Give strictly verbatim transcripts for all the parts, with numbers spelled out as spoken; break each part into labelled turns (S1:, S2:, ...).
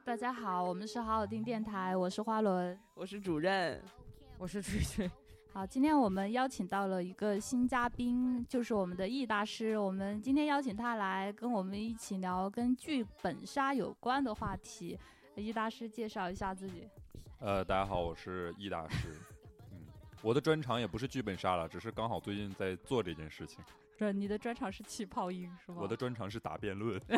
S1: 大家好，我们是好好听电台，我是花轮，
S2: 我是主任，
S3: 我是吹吹。
S1: 好，今天我们邀请到了一个新嘉宾，就是我们的易大师。我们今天邀请他来跟我们一起聊跟剧本杀有关的话题。易大师介绍一下自己。
S4: 呃，大家好，我是易大师。嗯，我的专长也不是剧本杀了，只是刚好最近在做这件事情。
S1: 这你的专长是气泡音是吗？
S4: 我的专长是打辩论。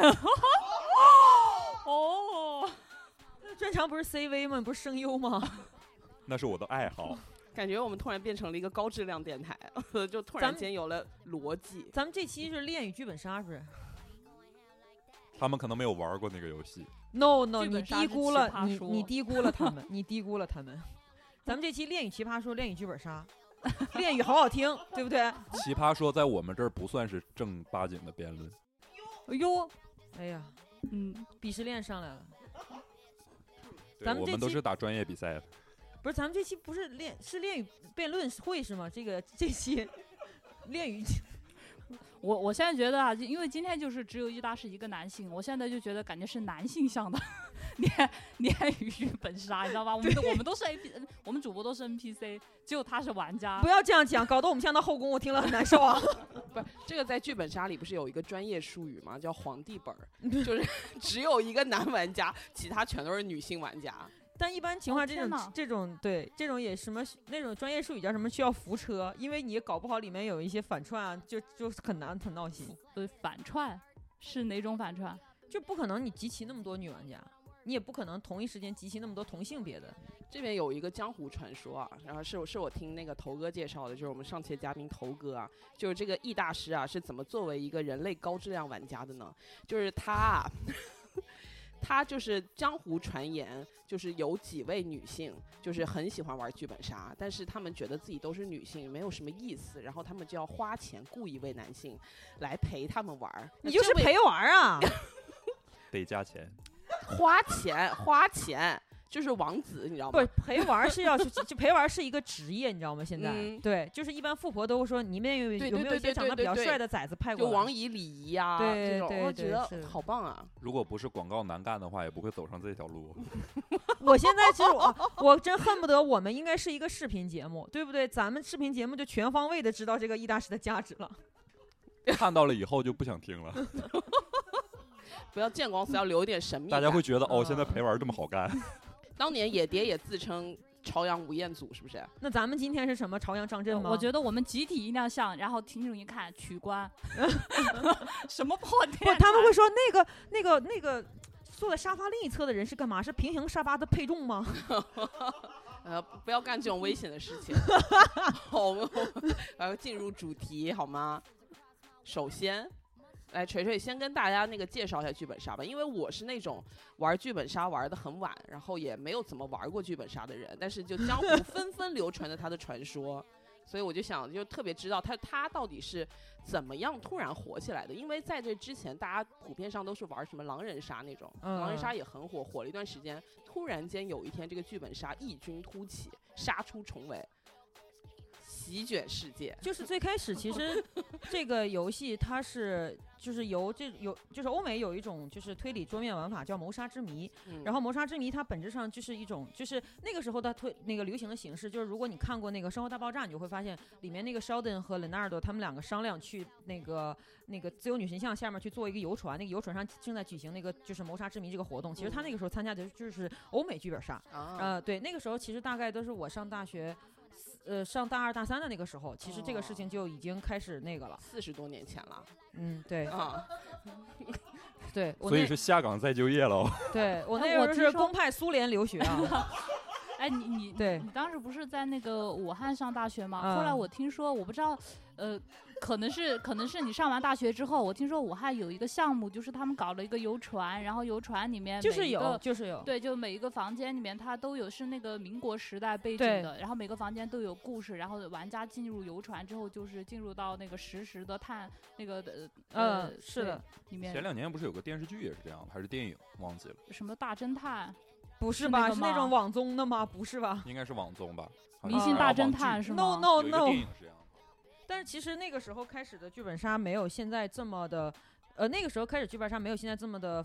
S1: 哦，
S3: 专长不是 C V 吗？不是声优吗？
S4: 那是我的爱好。
S2: 感觉我们突然变成了一个高质量电台，就突然间有了逻辑。
S3: 咱们这期是恋与剧本杀，是不是？
S4: 他们可能没有玩过那个游戏。
S3: No No， 你低估了你，你低估了他们，你低估了他们。咱们这期恋与奇葩说，恋与剧本杀，恋与好好听，对不对？
S4: 奇葩说在我们这儿不算是正八经的辩论。
S3: 哎呦，哎呀，
S1: 嗯，
S3: 鄙视链上来了。
S4: 咱们我们都是打专业比赛的。
S3: 不是，咱们这期不是恋是恋与辩论会是吗？这个这期恋与。
S1: 我我现在觉得啊，因为今天就是只有易大师一个男性，我现在就觉得感觉是男性向的恋恋与剧本杀，你知道吧？我们都我们都是 A P， 我们主播都是 N P C， 只有他是玩家。
S3: 不要这样讲，搞得我们像到后宫，我听了很难受啊。
S2: 不是，这个在剧本杀里不是有一个专业术语吗？叫皇帝本儿，就是只有一个男玩家，其他全都是女性玩家。
S3: 但一般情况，这种、
S1: 哦、
S3: 这种对这种也什么那种专业术语叫什么？需要扶车，因为你搞不好里面有一些反串啊，就就很难很闹心。
S1: 对，反串是哪种反串？
S3: 就不可能你集齐那么多女玩家，你也不可能同一时间集齐那么多同性别的。
S2: 这边有一个江湖传说啊，然后是是我听那个头哥介绍的，就是我们上期的嘉宾头哥啊，就是这个易大师啊是怎么作为一个人类高质量玩家的呢？就是他啊。他就是江湖传言，就是有几位女性就是很喜欢玩剧本杀，但是他们觉得自己都是女性，没有什么意思，然后他们就要花钱雇一位男性来陪他们玩。
S3: 你就是陪玩啊？
S4: 得加钱，
S2: 花钱花钱。就是王子，你知道吗？
S3: 不是陪玩是要去，就陪玩是一个职业，你知道吗？现在、嗯、对，就是一般富婆都会说，你们有有没有一些长得比较帅的崽子派过来？
S2: 就王以礼仪啊，
S3: 对
S2: 这种，我觉得好棒啊！
S4: 如果不是广告男干的话，也不会走上这条路。
S3: 我现在其实我我真恨不得我们应该是一个视频节目，对不对？咱们视频节目就全方位的知道这个易大师的价值了。
S4: 看到了以后就不想听了。
S2: 不要见光死，要留一点神秘感。
S4: 大家会觉得哦，现在陪玩这么好干。
S2: 当年野蝶也自称朝阳吴彦祖，是不是？
S3: 那咱们今天是什么朝阳张震吗？
S1: 我觉得我们集体一定要像，然后听众一看取关，什么破电台？
S3: 不，他们会说那个那个那个坐在沙发另一侧的人是干嘛？是平行沙发的配重吗？
S2: 呃，不要干这种危险的事情。好，我们要进入主题好吗？首先。来，锤锤先跟大家那个介绍一下剧本杀吧，因为我是那种玩剧本杀玩的很晚，然后也没有怎么玩过剧本杀的人，但是就江湖纷纷流传着他的传说，所以我就想就特别知道他他到底是怎么样突然火起来的，因为在这之前大家普遍上都是玩什么狼人杀那种，
S3: 嗯、
S2: 狼人杀也很火，火了一段时间，突然间有一天这个剧本杀异军突起，杀出重围。席卷世界，
S3: 就是最开始其实这个游戏它是就是由这有就是欧美有一种就是推理桌面玩法叫谋杀之谜、嗯，然后谋杀之谜它本质上就是一种就是那个时候它推那个流行的形式就是如果你看过那个《生活大爆炸》，你就会发现里面那个 Sheldon 和 Leonardo 他们两个商量去那个那个自由女神像下面去做一个游船，那个游船上正在举行那个就是谋杀之谜这个活动，其实他那个时候参加的就是欧美剧本杀，
S2: 嗯、
S3: 呃，对，那个时候其实大概都是我上大学。呃，上大二大三的那个时候，其实这个事情就已经开始那个了，
S2: 四十多年前了。
S3: 嗯，对
S2: 啊，
S3: 对，
S4: 所以是下岗再就业喽。
S3: 对我那时候是公派苏联留学啊。
S1: 哎，你你
S3: 对，
S1: 你当时不是在那个武汉上大学吗？
S3: 嗯、
S1: 后来我听说，我不知道，呃，可能是可能是你上完大学之后，我听说武汉有一个项目，就是他们搞了一个游船，然后游船里面
S3: 就是有就是有
S1: 对，就每一个房间里面它都有是那个民国时代背景的，然后每个房间都有故事，然后玩家进入游船之后，就是进入到那个实时的探那个呃
S3: 呃是的
S1: 里面。
S4: 前两年不是有个电视剧也是这样，还是电影忘记了？
S1: 什么大侦探？
S3: 不是吧？是那种网综的吗？不是吧？
S4: 应该是网综吧？
S1: 明星大侦探是吗
S3: ？No No No。
S4: 电影是这样。
S3: 但是其实那个时候开始的剧本杀没有现在这么的，呃，那个时候开始剧本杀没有现在这么的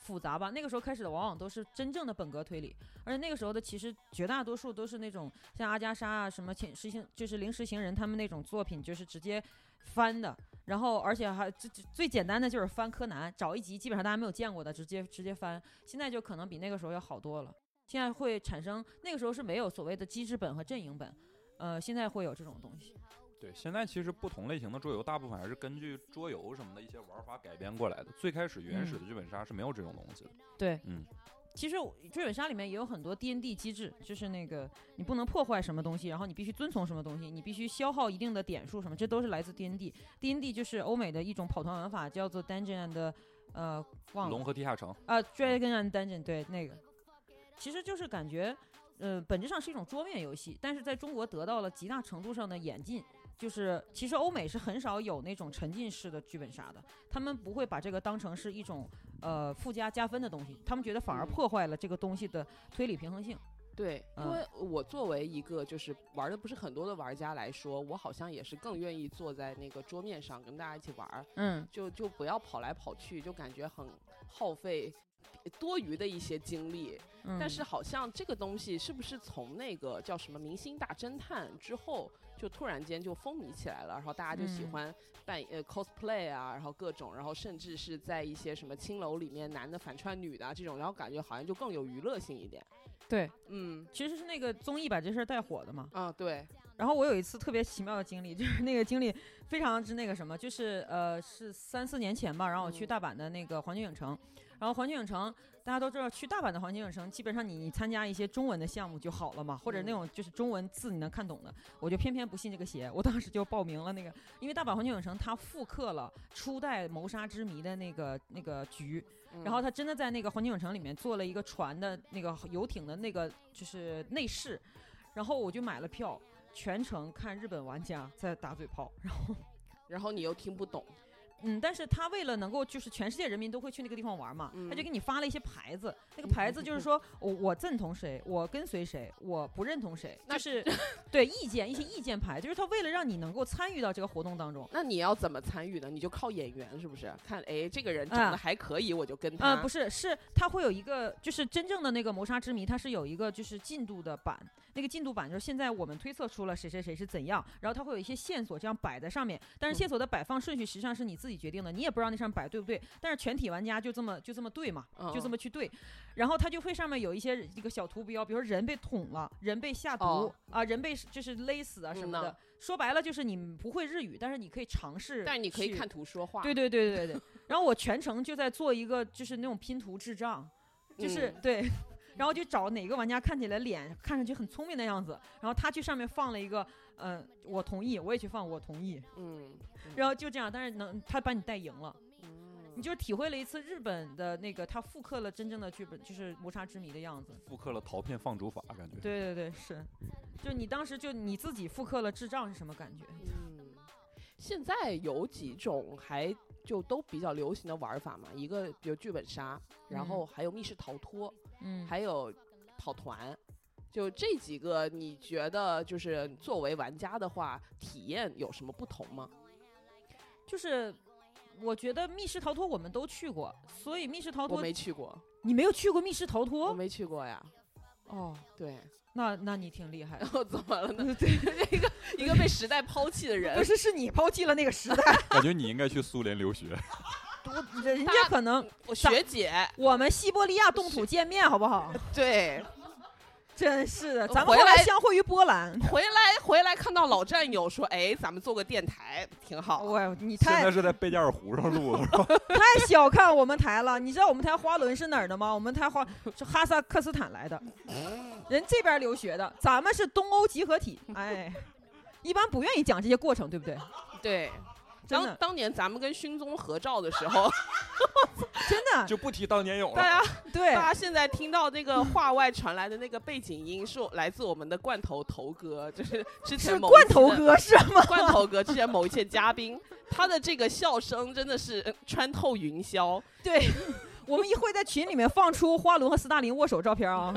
S3: 复杂吧。那个时候开始的往往都是真正的本格推理，而且那个时候的其实绝大多数都是那种像阿加莎啊什么实行就是临时行人他们那种作品，就是直接翻的，然后而且还最最简单的就是翻柯南，找一集基本上大家没有见过的直接直接翻。现在就可能比那个时候要好多了，现在会产生那个时候是没有所谓的机制本和阵营本，呃，现在会有这种东西。
S4: 对，现在其实不同类型的桌游大部分还是根据桌游什么的一些玩法改编过来的，最开始原始的剧本杀是没有这种东西的。
S3: 对，
S4: 嗯，
S3: 其实剧本杀里面也有很多 D N D 机制，就是那个你不能破坏什么东西，然后你必须遵从什么东西，你必须消耗一定的点数什么，这都是来自 D N D。D N D 就是欧美的一种跑团玩法，叫做 Dungeon and 呃忘了
S4: 龙和地下城
S3: 啊 Dragon and Dungeon， 对那个，其实就是感觉呃本质上是一种桌面游戏，但是在中国得到了极大程度上的演进。就是其实欧美是很少有那种沉浸式的剧本杀的，他们不会把这个当成是一种呃附加加分的东西，他们觉得反而破坏了这个东西的推理平衡性。
S2: 对，因为我作为一个就是玩的不是很多的玩家来说，我好像也是更愿意坐在那个桌面上跟大家一起玩，
S3: 嗯，
S2: 就就不要跑来跑去，就感觉很耗费多余的一些精力。
S3: 嗯、
S2: 但是好像这个东西是不是从那个叫什么明星大侦探之后就突然间就风靡起来了，然后大家就喜欢扮、嗯、呃 cosplay 啊，然后各种，然后甚至是在一些什么青楼里面男的反串女的、啊、这种，然后感觉好像就更有娱乐性一点。
S3: 对，
S2: 嗯，
S3: 其实是那个综艺把这事儿带火的嘛。
S2: 啊，对。
S3: 然后我有一次特别奇妙的经历，就是那个经历非常之那个什么，就是呃是三四年前吧，然后我去大阪的那个环球影城，嗯、然后环球影城大家都知道，去大阪的环球影城基本上你参加一些中文的项目就好了嘛，或者那种就是中文字你能看懂的，我就偏偏不信这个邪，我当时就报名了那个，因为大阪环球影城它复刻了初代谋杀之谜的那个那个局。然后他真的在那个环球影城里面做了一个船的那个游艇的那个就是内饰，然后我就买了票，全程看日本玩家在打嘴炮，然后
S2: 然后你又听不懂。
S3: 嗯，但是他为了能够就是全世界人民都会去那个地方玩嘛，嗯、他就给你发了一些牌子，那个牌子就是说我我赞同谁，我跟随谁，我不认同谁，就是对意见一些意见牌，就是他为了让你能够参与到这个活动当中。
S2: 那你要怎么参与呢？你就靠眼缘是不是？看哎这个人长得还可以，嗯、我就跟他。
S3: 啊、呃，不是，是他会有一个就是真正的那个谋杀之谜，它是有一个就是进度的版，那个进度版就是现在我们推测出了谁谁谁是怎样，然后它会有一些线索这样摆在上面，但是线索的摆放顺序实际上是你自己决定的，你也不知道那上面摆对不对，但是全体玩家就这么就这么对嘛，就这么去对，然后它就会上面有一些一个小图标，比如说人被捅了，人被下毒、哦、啊，人被就是勒死啊什么的、嗯，说白了就是你不会日语，但是你可以尝试，
S2: 但是你可以看图说话，
S3: 对对对对对对。然后我全程就在做一个就是那种拼图智障，就是、嗯、对。然后就找哪个玩家看起来脸看上去很聪明的样子，然后他去上面放了一个，嗯、呃，我同意，我也去放我同意，嗯，然后就这样，但是能他把你带赢了，嗯，你就体会了一次日本的那个，他复刻了真正的剧本，就是谋杀之谜的样子，
S4: 复刻了陶片放逐法感觉，
S3: 对对对是，就你当时就你自己复刻了智障是什么感觉？
S2: 嗯，现在有几种还就都比较流行的玩法嘛，一个比如剧本杀，然后还有密室逃脱。嗯，还有跑团，就这几个，你觉得就是作为玩家的话，体验有什么不同吗？
S3: 就是我觉得密室逃脱我们都去过，所以密室逃脱
S2: 我没去过。
S3: 你没有去过密室逃脱？
S2: 我没去过呀。
S3: 哦，
S2: 对，
S3: 那那你挺厉害的。
S2: 哦，怎么了呢？对，一个一个被时代抛弃的人。
S3: 不是，是你抛弃了那个时代。
S4: 感觉你应该去苏联留学。
S3: 人家可能
S2: 我学姐，
S3: 我们西伯利亚冻土见面好不好？
S2: 对，
S3: 真是的，咱们后来相会于波兰，
S2: 回来回来看到老战友说，哎，咱们做个电台挺好。
S3: 喂，你太
S4: 现在是在贝加尔湖上录的，
S3: 太小看我们台了。你知道我们台花轮是哪儿的吗？我们台花是哈萨克斯坦来的，人这边留学的，咱们是东欧集合体。哎，一般不愿意讲这些过程，对不对？
S2: 对。当当年咱们跟勋宗合照的时候，
S3: 真的
S4: 就不提当年勇了。
S2: 大家
S3: 对，
S2: 大家现在听到那个话外传来的那个背景音，是来自我们的罐头头哥，就是之前某
S3: 罐头哥是吗？
S2: 罐头哥之前某一届嘉宾，他的这个笑声真的是穿透云霄。
S3: 对，我们一会在群里面放出花轮和斯大林握手照片啊。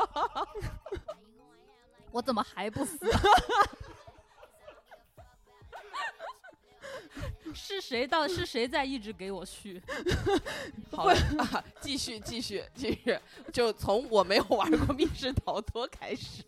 S1: 我怎么还不死？ 是谁到是谁在一直给我续？
S2: 好了，啊，继续继续继续，就从我没有玩过密室逃脱开始。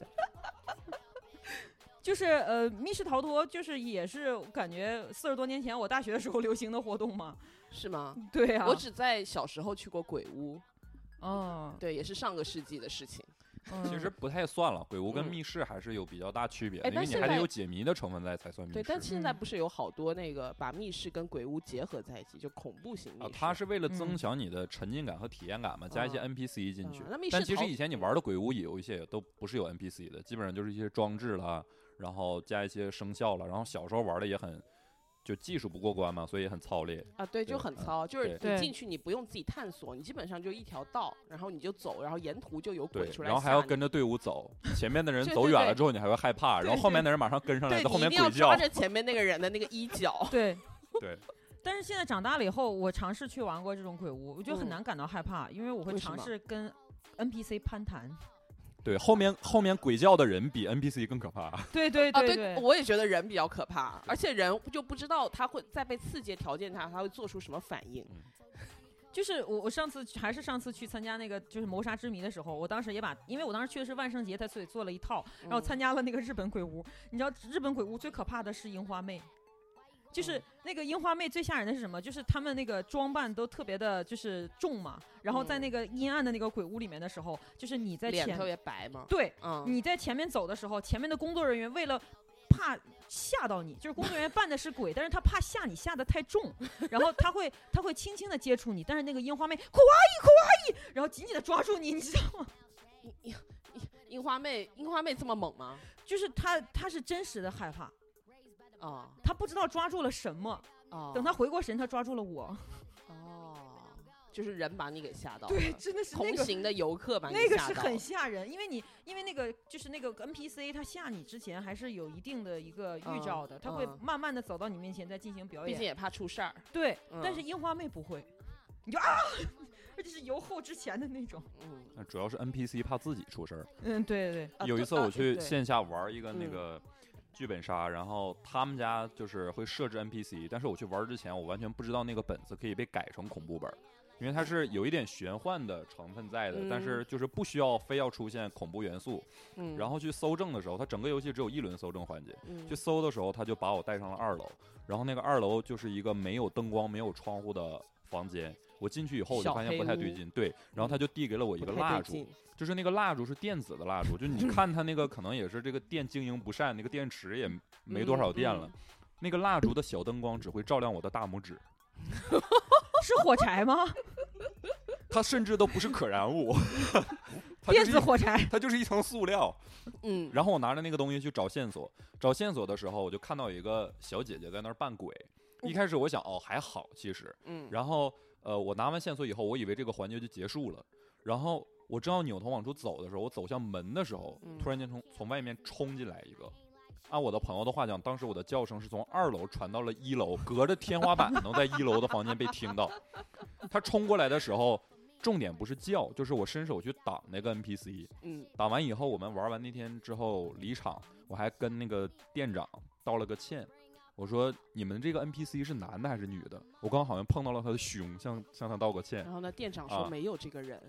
S3: 就是呃，密室逃脱就是也是感觉四十多年前我大学的时候流行的活动嘛。
S2: 是吗？
S3: 对啊，
S2: 我只在小时候去过鬼屋。
S3: 哦，
S2: 对，也是上个世纪的事情。
S3: 嗯、
S4: 其实不太算了，鬼屋跟密室还是有比较大区别的，
S2: 嗯、因为
S4: 你还得有解谜的成分在才算密室。
S2: 对，但现在不是有好多那个把密室跟鬼屋结合在一起，就恐怖型密室。
S4: 啊，它是为了增强你的沉浸感和体验感嘛，嗯、加一些 N P C 进去。
S2: 嗯、那
S4: 但其实以前你玩的鬼屋也有一些都不是有 N P C 的，基本上就是一些装置啦，然后加一些声效了，然后小时候玩的也很。就技术不过关嘛，所以很操练
S2: 啊，对，就很糙，
S4: 嗯、
S2: 就是你进去你不用自己探索，你基本上就一条道，然后你就走，然后沿途就有鬼出来，
S4: 然后还要跟着队伍走，前面的人走远了之后你还会害怕，然后后面的人马上跟上来，在后面鬼叫，
S2: 你一定要抓着前面那个人的那个衣角，
S3: 对
S4: 对。
S3: 但是现在长大了以后，我尝试去玩过这种鬼屋，我就很难感到害怕，嗯、因为我会尝试跟 N P C 攀谈。
S4: 对，后面后面鬼叫的人比 N P C 更可怕。
S3: 对对对
S2: 对,、啊、对，我也觉得人比较可怕，而且人就不知道他会在被刺激条件下他会做出什么反应。
S4: 嗯、
S3: 就是我我上次还是上次去参加那个就是谋杀之谜的时候，我当时也把，因为我当时去的是万圣节，他所以做了一套，然后参加了那个日本鬼屋。嗯、你知道日本鬼屋最可怕的是樱花妹。就是那个樱花妹最吓人的是什么？就是他们那个装扮都特别的，就是重嘛。然后在那个阴暗的那个鬼屋里面的时候，就是你在前
S2: 脸特别白嘛。
S3: 对，
S2: 嗯，
S3: 你在前面走的时候，前面的工作人员为了怕吓到你，就是工作人员扮的是鬼，但是他怕吓你吓得太重，然后他会他会轻轻的接触你，但是那个樱花妹，苦阿姨苦阿姨，然后紧紧的抓住你，你知道吗？
S2: 樱樱花妹，樱花妹这么猛吗？
S3: 就是他他是真实的害怕。
S2: 哦，
S3: 他不知道抓住了什么，
S2: 哦，
S3: 等他回过神，他抓住了我。
S2: 哦，就是人把你给吓到了，
S3: 对，真的是、那个、
S2: 同行的游客把你
S3: 吓到了，那个是很吓人，因为你因为那个就是那个 N P C 他吓你之前还是有一定的一个预兆的，嗯、他会慢慢的走到你面前再进行表演，
S2: 毕竟也怕出事儿。
S3: 对、
S2: 嗯，
S3: 但是樱花妹不会，你就啊，而且是由后至前的那种。
S2: 嗯，
S4: 那主要是 N P C 怕自己出事儿。
S3: 嗯，对对
S4: 对。有一次我去线下玩一个那个。嗯剧本杀，然后他们家就是会设置 N P C， 但是我去玩之前，我完全不知道那个本子可以被改成恐怖本，因为它是有一点玄幻的成分在的，
S2: 嗯、
S4: 但是就是不需要非要出现恐怖元素。
S2: 嗯，
S4: 然后去搜证的时候，它整个游戏只有一轮搜证环节，
S2: 嗯、
S4: 去搜的时候他就把我带上了二楼，然后那个二楼就是一个没有灯光、没有窗户的房间。我进去以后我就发现不太对劲，对，然后他就递给了我一个蜡烛。就是那个蜡烛是电子的蜡烛，就你看它那个可能也是这个电经营不善，那个电池也没多少电了。
S2: 嗯嗯、
S4: 那个蜡烛的小灯光只会照亮我的大拇指。
S3: 是火柴吗？
S4: 它甚至都不是可燃物，
S3: 电子火柴，
S4: 它就是一层塑料。
S2: 嗯，
S4: 然后我拿着那个东西去找线索，找线索的时候我就看到有一个小姐姐在那儿扮鬼。一开始我想哦还好其实，
S2: 嗯，
S4: 然后呃我拿完线索以后，我以为这个环节就结束了，然后。我正要扭头往出走的时候，我走向门的时候，
S2: 嗯、
S4: 突然间从从外面冲进来一个。按我的朋友的话讲，当时我的叫声是从二楼传到了一楼，隔着天花板能在一楼的房间被听到。他冲过来的时候，重点不是叫，就是我伸手去挡那个 N P C。
S2: 嗯，
S4: 挡完以后，我们玩完那天之后离场，我还跟那个店长道了个歉。我说你们这个 N P C 是男的还是女的？我刚好像碰到了他的胸，向向他道个歉。
S2: 然后呢，店长说、啊、没有这个人。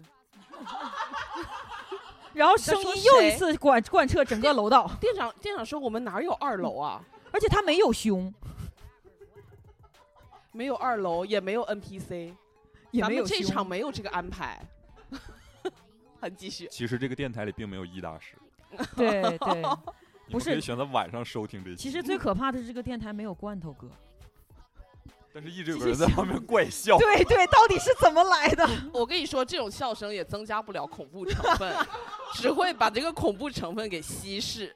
S3: 然后声音又一次贯贯彻整个楼道。
S2: 店长店长说我们哪有二楼啊？
S3: 而且他没有胸，
S2: 没有二楼，也没有 N P C，
S3: 也没有
S2: 咱们这场没有这个安排。很继续。
S4: 其实这个电台里并没有一大师。
S3: 对对，不是
S4: 可以选择晚上收听这期。
S3: 其实最可怕的是这个电台没有罐头哥。
S4: 但是一直有个人在旁边怪笑。
S3: 对对，到底是怎么来的？
S2: 我跟你说，这种笑声也增加不了恐怖成分，只会把这个恐怖成分给稀释。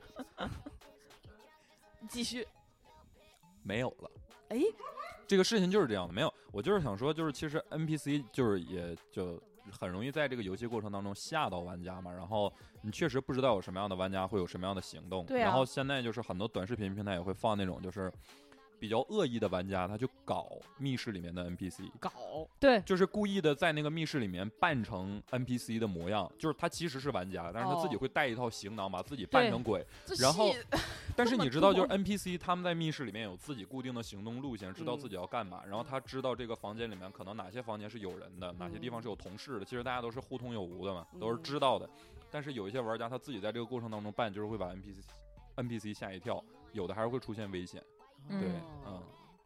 S2: 继续。
S4: 没有了。
S2: 哎，
S4: 这个事情就是这样的，没有。我就是想说，就是其实 N P C 就是也就很容易在这个游戏过程当中吓到玩家嘛，然后你确实不知道有什么样的玩家会有什么样的行动。
S2: 对啊。
S4: 然后现在就是很多短视频平台也会放那种就是。 比较恶意的玩家，他就搞密室里面的 N P C，
S2: 搞
S1: 对，
S4: 就是故意的在那个密室里面扮成 N P C 的模样，就是他其实是玩家，但是他自己会带一套行囊，把自己扮成鬼。然后，但是你知道，就是 N P C 他们在密室里面有自己固定的行动路线，知道自己要干嘛，嗯、然后他知道这个房间里面可能哪些房间是有人的，哪些地方是有同事的，其实大家都是互通有无的嘛，都是知道的。但是有一些玩家他自己在这个过程当中扮，就是会把 N P C N P C 吓一跳，有的还是会出现危险。对，嗯。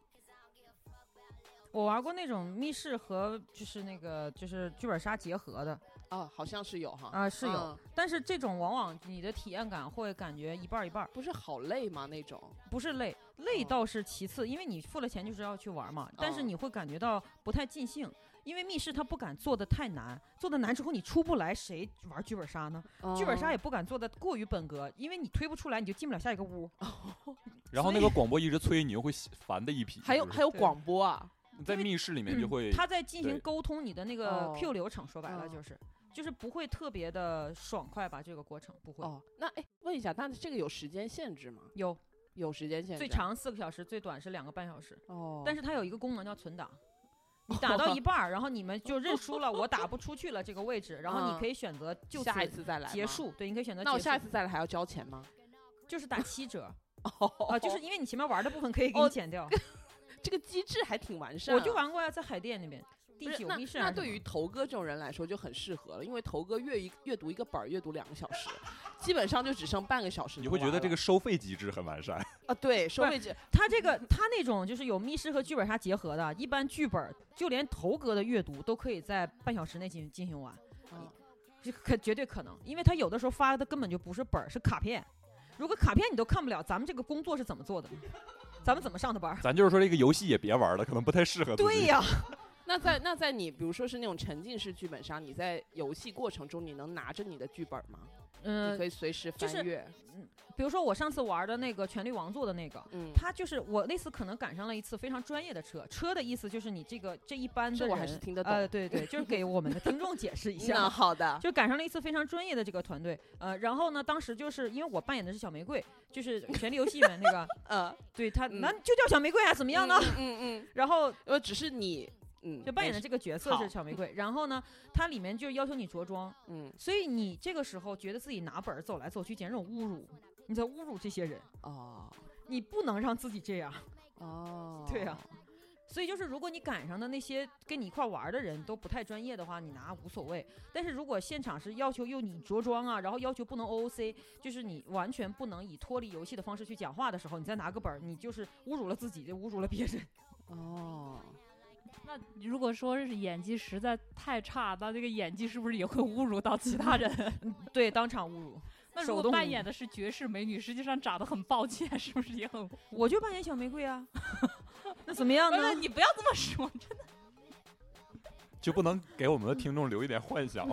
S3: 我玩过那种密室和就是那个就是剧本杀结合的，
S2: 哦，好像是有哈，
S3: 啊、呃、是有、
S2: 嗯，
S3: 但是这种往往你的体验感会感觉一半一半，
S2: 不是好累吗？那种
S3: 不是累，累倒是其次，因为你付了钱就是要去玩嘛，哦、但是你会感觉到不太尽兴。因为密室他不敢做的太难，做的难之后你出不来，谁玩剧本杀呢？哦、剧本杀也不敢做的过于本格，因为你推不出来，你就进不了下一个屋。
S2: 哦、
S4: 然后那个广播一直催，你又会烦的一批。
S2: 还有还有广播啊，
S4: 在密室里面就会，
S3: 嗯、他在进行沟通你的那个 Q 流程，说白了就是。哦就是不会特别的爽快吧？这个过程不会。
S2: 哦，那哎，问一下，那这个有时间限制吗？
S3: 有，
S2: 有时间限制。
S3: 最长四个小时，最短是两个半小时。
S2: 哦。
S3: 但是它有一个功能叫存档，你打到一半，然后你们就认输了，我打不出去了这个位置，然后你可以选择就
S2: 下一次再来
S3: 结束。对，你可以选择。
S2: 那我下一次再来还要交钱吗？
S3: 就是打七折。哦。啊，就是因为你前面玩的部分可以给你减掉。
S2: 这个机制还挺完善。
S3: 我就玩过呀，在海淀那边。第九密室。
S2: 那对于头哥这种人来说就很适合了，因为头哥阅一阅读一个本儿，阅读两个小时，基本上就只剩半个小时。
S4: 你会觉得这个收费机制很完善
S2: 啊？对，收费机。
S3: 他这个他那种就是有密室和剧本杀结合的，一般剧本就连头哥的阅读都可以在半小时内进行进行完，嗯，这可绝对可能，因为他有的时候发的根本就不是本儿，是卡片。如果卡片你都看不了，咱们这个工作是怎么做的？咱们怎么上的班？
S4: 咱就是说这个游戏也别玩了，可能不太适合自己。
S3: 对呀。
S2: 那在那在你比如说是那种沉浸式剧本杀，你在游戏过程中你能拿着你的剧本吗？嗯，你可以随时翻阅。
S3: 嗯，比如说我上次玩的那个《权力王座》的那个，嗯，它就是我那次可能赶上了一次非常专业的车。车的意思就是你这个这一般的人，
S2: 我还是听得懂。
S3: 呃，对对，就是给我们的听众解释一下。
S2: 那好的，
S3: 就赶上了一次非常专业的这个团队。呃，然后呢，当时就是因为我扮演的是小玫瑰，就是《权力游戏》里面那个，呃，对他，那就叫小玫瑰啊，怎么样呢？
S2: 嗯嗯。嗯
S3: 然后
S2: 呃，只是你。嗯，
S3: 就扮演的这个角色是小玫瑰，然后呢，它里面就要求你着装，嗯，所以你这个时候觉得自己拿本走来走去，简直这种侮辱，你在侮辱这些人哦，你不能让自己这样哦，对呀、啊，所以就是如果你赶上的那些跟你一块玩的人都不太专业的话，你拿无所谓，但是如果现场是要求用你着装啊，然后要求不能 O O C， 就是你完全不能以脱离游戏的方式去讲话的时候，你再拿个本，你就是侮辱了自己，就侮辱了别人
S2: 哦。
S1: 那如果说是演技实在太差，那这个演技是不是也会侮辱到其他人？
S3: 对，当场侮辱。
S1: 那如果扮演的是绝世美女，实际上长得很抱歉，是不是也很？
S3: 我就扮演小玫瑰啊。那怎么样呢？
S1: 你不要这么说，真的。
S4: 就不能给我们的听众留一点幻想吗？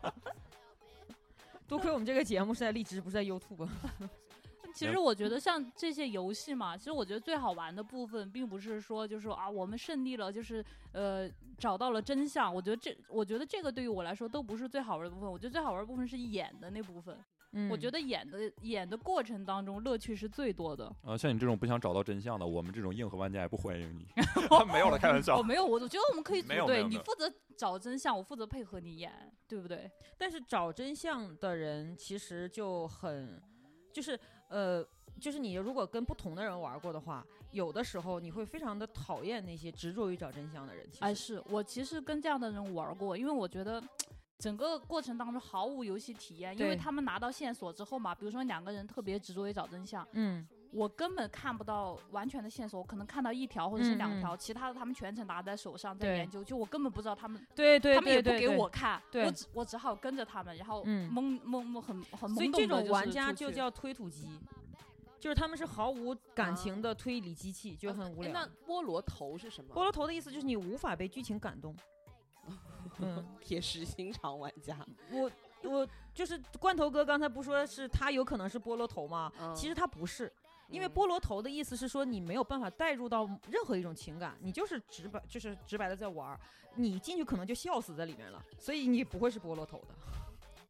S3: 多亏我们这个节目是在荔枝，不是在 YouTube。
S1: 其实我觉得像这些游戏嘛，其实我觉得最好玩的部分，并不是说就是说啊我们胜利了，就是呃找到了真相。我觉得这，我觉得这个对于我来说都不是最好玩的部分。我觉得最好玩的部分是演的那部分。嗯，我觉得演的演的过程当中乐趣是最多的。
S4: 呃，像你这种不想找到真相的，我们这种硬核玩家也不欢迎你。没有了，开玩笑。
S1: 我、哦、没有，我我觉得我们可以组队，你负责找真相，我负责配合你演，对不对？
S3: 但是找真相的人其实就很，就是呃。就是你如果跟不同的人玩过的话，有的时候你会非常的讨厌那些执着于找真相的人。其实
S1: 哎，是我其实跟这样的人玩过，因为我觉得整个过程当中毫无游戏体验，因为他们拿到线索之后嘛，比如说两个人特别执着于找真相，嗯，我根本看不到完全的线索，我可能看到一条或者是两条，嗯嗯，其他的他们全程拿在手上在研究，就我根本不知道他们，
S3: 对对对对对，
S1: 他们也不给我看，对，我只我只好跟着他们，然后懵懵懵很很懵懂的。
S3: 所以这种玩家就叫推土机。就是他们是毫无感情的推理机器，啊、就很无聊。
S2: 那菠萝头是什么？
S3: 菠萝头的意思就是你无法被剧情感动。
S2: 嗯，铁石心肠玩家。
S3: 我我就是罐头哥刚才不说是他有可能是菠萝头吗？嗯、其实他不是，因为菠萝头的意思是说你没有办法带入到任何一种情感，你就是直白就是直白的在玩，你进去可能就笑死在里面了，所以你不会是菠萝头的。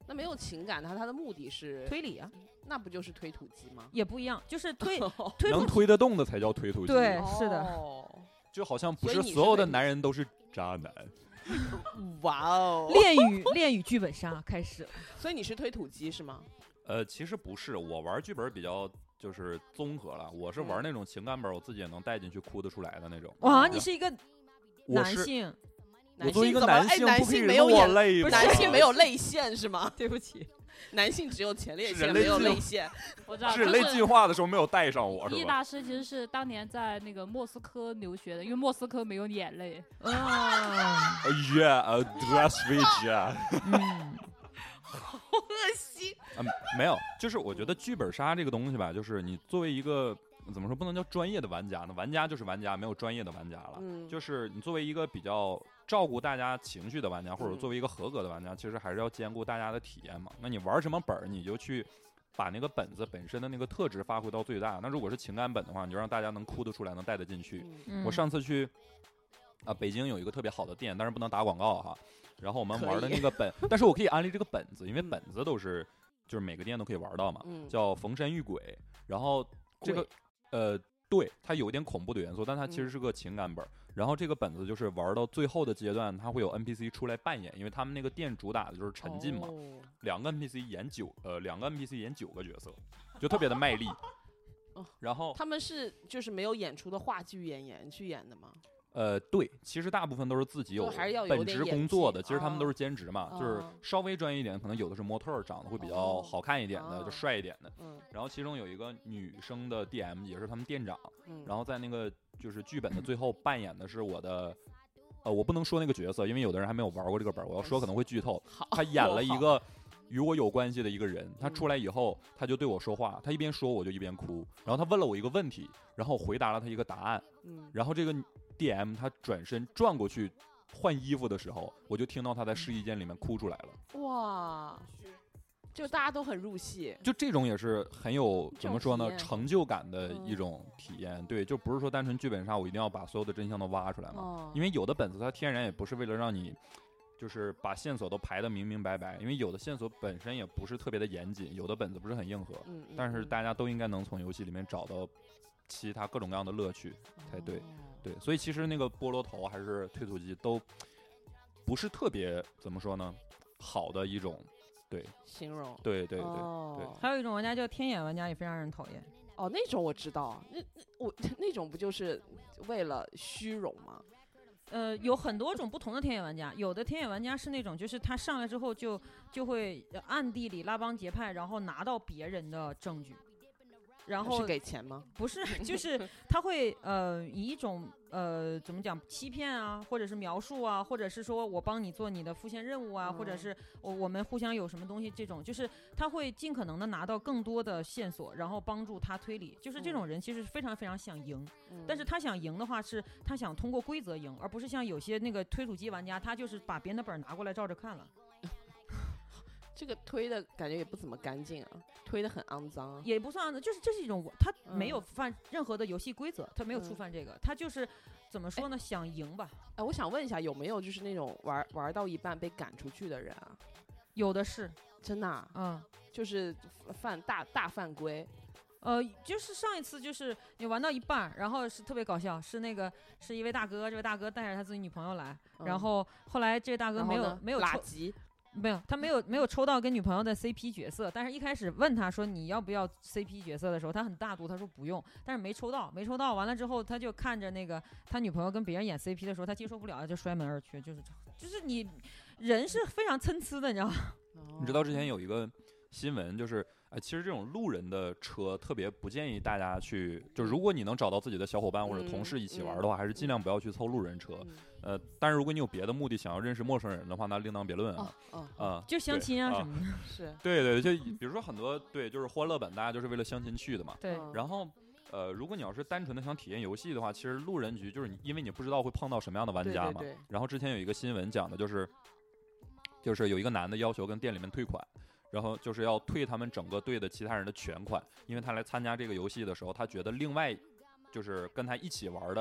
S2: 那没有情感，它它的目的是
S3: 推理啊，
S2: 那不就是推土机吗？
S3: 也不一样，就是推推
S4: 能推得动的才叫推土机。
S3: 对，是的。
S2: 哦，
S4: 就好像不是所有的男人都是渣男。
S2: 哇哦！
S3: 恋与恋与剧本杀开始了。
S2: 所以你是推土机是吗？
S4: 呃，其实不是，我玩剧本比较就是综合了，我是玩那种情感本，我自己也能带进去哭得出来的那种。
S3: 哇，你是一个
S4: 男
S3: 性。
S4: 我作为一个男性，
S2: 男性没有
S4: 眼泪，
S2: 男性没有泪腺是吗？
S3: 对不起，
S2: 男性只有前列腺没有泪腺。
S1: 我知道，
S4: 是人类进化的时候没有带上我。
S1: 易大师其实是当年在那个莫斯科留学的，因为莫斯科没有眼泪。
S3: 啊
S4: ，Yeah, that's right.
S3: 嗯，
S2: 好恶心。
S4: 嗯，没有，就是我觉得剧本杀这个东西吧，就是你作为一个。怎么说不能叫专业的玩家呢？玩家就是玩家，没有专业的玩家了。
S2: 嗯，
S4: 就是你作为一个比较照顾大家情绪的玩家，或者作为一个合格的玩家，其实还是要兼顾大家的体验嘛。那你玩什么本儿，你就去把那个本子本身的那个特质发挥到最大。那如果是情感本的话，你就让大家能哭得出来，能带得进去。
S3: 嗯、
S4: 我上次去啊、呃，北京有一个特别好的店，但是不能打广告哈。然后我们玩的那个本，但是我可以安利这个本子，因为本子都是就是每个店都可以玩到嘛，
S2: 嗯、
S4: 叫逢神遇鬼。然后这个呃。对，它有一点恐怖的元素，但它其实是个情感本、嗯。然后这个本子就是玩到最后的阶段，它会有 N P C 出来扮演，因为他们那个店主打的就是沉浸嘛。
S2: 哦、
S4: 两个 N P C 演九呃，两个 N P C 演九个角色，就特别的卖力。
S2: 哦、
S4: 然后
S2: 他们是就是没有演出的话剧演员去演的吗？
S4: 呃，对，其实大部分都是自己有本职工作的，其实他们都是兼职嘛，
S2: 哦、
S4: 就是稍微专业一点，可能有的是模特，长得会比较好看一点的，
S2: 哦、
S4: 就帅一点的。
S2: 嗯，
S4: 然后其中有一个女生的 D M 也是他们店长，
S2: 嗯、
S4: 然后在那个就是剧本的最后扮演的是我的，呃，我不能说那个角色，因为有的人还没有玩过这个本，我要说可能会剧透。他演了一个与我有关系的一个人，他出来以后，他就对我说话，他一边说我就一边哭，然后他问了我一个问题，然后我回答了他一个答案，
S2: 嗯，
S4: 然后这个 D M 他转身转过去换衣服的时候，我就听到他在试衣间里面哭出来了。
S2: 哇，就大家都很入戏，
S4: 就这种也是很有怎么说呢，成就感的一种体验。嗯、对，就不是说单纯剧本杀我一定要把所有的真相都挖出来嘛，
S2: 哦、
S4: 因为有的本子它天然也不是为了让你就是把线索都排得明明白白，因为有的线索本身也不是特别的严谨，有的本子不是很硬核，
S2: 嗯嗯、
S4: 但是大家都应该能从游戏里面找到其他各种各样的乐趣才对。哦、对，所以其实那个菠萝头还是推土机都不是特别怎么说呢，好的一种对
S2: 形容。
S4: 对对对、
S2: 哦、
S4: 对。
S3: 还有一种玩家叫天眼玩家，也非常让人讨厌。
S2: 哦，那种我知道，那我那种不就是为了虚荣吗？
S3: 呃，有很多种不同的天眼玩家，有的天眼玩家是那种，就是他上来之后就就会暗地里拉帮结派，然后拿到别人的证据，然后
S2: 是给钱吗？
S3: 不是，就是他会呃以一种呃怎么讲欺骗啊，或者是描述啊，或者是说我帮你做你的副线任务啊，
S2: 嗯、
S3: 或者是我我们互相有什么东西，这种就是他会尽可能的拿到更多的线索，然后帮助他推理。就是这种人其实非常非常想赢，
S2: 嗯、
S3: 但是他想赢的话是他想通过规则赢，而不是像有些那个推土机玩家，他就是把别人的本拿过来照着看了。
S2: 这个推的感觉也不怎么干净啊，推的很肮脏啊。
S3: 也不算肮脏，就是这是一种他没有犯任何的游戏规则，嗯、他没有触犯这个，他就是怎么说呢，想赢吧。
S2: 哎，我想问一下，有没有就是那种玩玩到一半被赶出去的人啊？
S3: 有的是，
S2: 真的、啊，
S3: 嗯，
S2: 就是犯大大犯规。
S3: 呃，就是上一次就是你玩到一半，然后是特别搞笑，是那个是一位大哥，这位大哥带着他自己女朋友来，嗯、然后后来这位大哥没有没有
S2: 垃圾。
S3: 没有，他没有没有抽到跟女朋友的 C P 角色，但是一开始问他说你要不要 C P 角色的时候，他很大度，他说不用，但是没抽到，没抽到，完了之后他就看着那个他女朋友跟别人演 C P 的时候，他接受不了，就摔门而去，就是就是你人是非常参差的，你知道吗？
S4: 你知道之前有一个新闻就是。呃，其实这种路人的车特别不建议大家去，就如果你能找到自己的小伙伴或者同事一起玩的话，嗯嗯、还是尽量不要去凑路人车。嗯、呃，但是如果你有别的目的，想要认识陌生人的话，那另当别论啊。
S2: 啊、
S4: 哦哦，
S3: 就相亲啊什么的。
S2: 啊、是。
S4: 对对，就比如说很多对，就是欢乐本，大家就是为了相亲去的嘛。
S3: 对。
S4: 然后，呃，如果你要是单纯的想体验游戏的话，其实路人局就是你，因为你不知道会碰到什么样的玩家嘛。
S2: 对对对。
S4: 然后之前有一个新闻讲的就是，就是有一个男的要求跟店里面退款。然后就是要退他们整个队的其他人的全款，因为他来参加这个游戏的时候，他觉得另外就是跟他一起玩的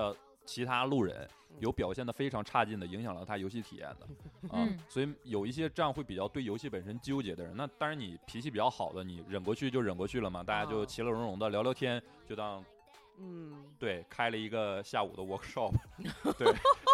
S4: 其他路人有表现的非常差劲的，影响了他游戏体验的啊、
S3: 嗯，
S4: 所以有一些这样会比较对游戏本身纠结的人，那当然你脾气比较好的，你忍过去就忍过去了嘛，大家就其乐融融的聊聊天，就当
S2: 嗯，
S4: 对开了一个下午的 workshop， 对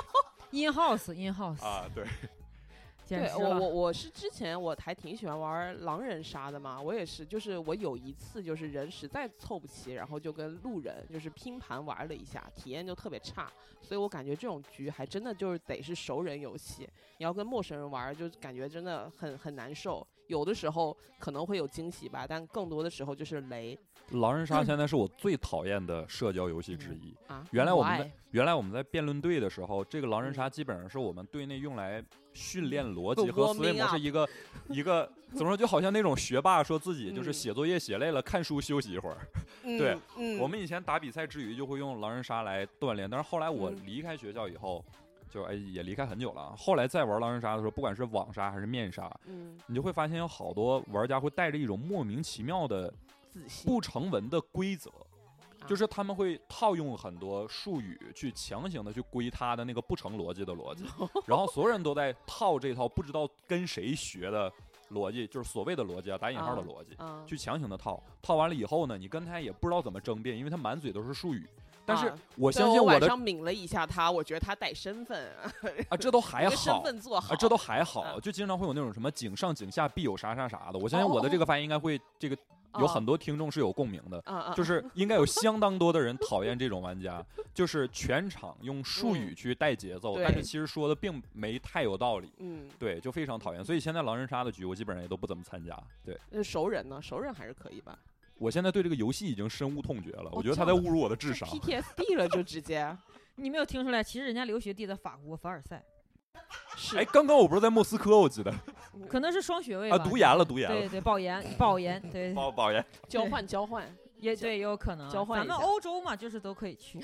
S3: in house in house
S4: 啊对。
S2: 对我
S3: 简直了
S2: 我我是之前我还挺喜欢玩狼人杀的嘛，我也是，就是我有一次就是人实在凑不齐，然后就跟路人就是拼盘玩了一下，体验就特别差，所以我感觉这种局还真的就是得是熟人游戏，你要跟陌生人玩就感觉真的很很难受，有的时候可能会有惊喜吧，但更多的时候就是雷。
S4: 狼人杀现在是我最讨厌的社交游戏之一。
S2: 啊，
S4: 原来我们在
S2: why？
S4: 原来我们在辩论队的时候，这个狼人杀基本上是我们队内用来训练逻辑和思维模式一个一个怎么说，就好像那种学霸说自己就是写作业写累了，看书休息一会儿。
S2: 嗯、
S4: 对、
S2: 嗯，
S4: 我们以前打比赛之余就会用狼人杀来锻炼，但是后来我
S2: 嗯
S4: 离开学校以后。就哎也离开很久了，后来再玩狼人杀的时候，不管是网杀还是面杀，
S2: 嗯，
S4: 你就会发现有好多玩家会带着一种莫名其妙的
S2: 自信
S4: 不成文的规则，
S2: 啊
S4: 就是他们会套用很多术语去强行的去归他的那个不成逻辑的逻辑，然后所有人都在套这套不知道跟谁学的逻辑，就是所谓的逻辑啊，打引号的逻辑，
S2: 啊、
S4: 去强行的套，套完了以后呢，你跟他也不知道怎么争辩，因为他满嘴都是术语。但是我相信
S2: 我
S4: 我的
S2: 晚上抿了一下他，我觉得他带身份
S4: 啊，这都还好，
S2: 身份做好
S4: 啊，这都还好，
S2: 啊
S4: 就经常会有那种什么井上井下必有啥啥啥的。我相信我的这个发言应该会这个有很多听众是有共鸣的，
S2: 哦、
S4: 就是应该有相当多的人讨厌这种玩家，就是全场用术语去带节奏，
S2: 嗯、
S4: 但是其实说的并没太有道理，
S2: 嗯，
S4: 对，就非常讨厌。所以现在狼人杀的局我基本上也都不怎么参加。对，
S2: 那熟人呢？熟人还是可以吧？
S4: 我现在对这个游戏已经深恶痛绝了，
S2: 哦、
S4: 我觉得他在侮辱我的智商。
S2: P T S D 了就直接，
S3: 你没有听出来？其实人家留学地在法国凡尔赛。
S2: 是，
S4: 哎，刚刚我不是在莫斯科，我记得，
S3: 可能是双学位吧。
S4: 啊，读研了，读研了。
S3: 对对，保研，保研，对，
S4: 保保研，
S2: 交换交换，
S3: 也对，也有可能
S2: 交换。
S3: 咱们欧洲嘛，就是都可以去。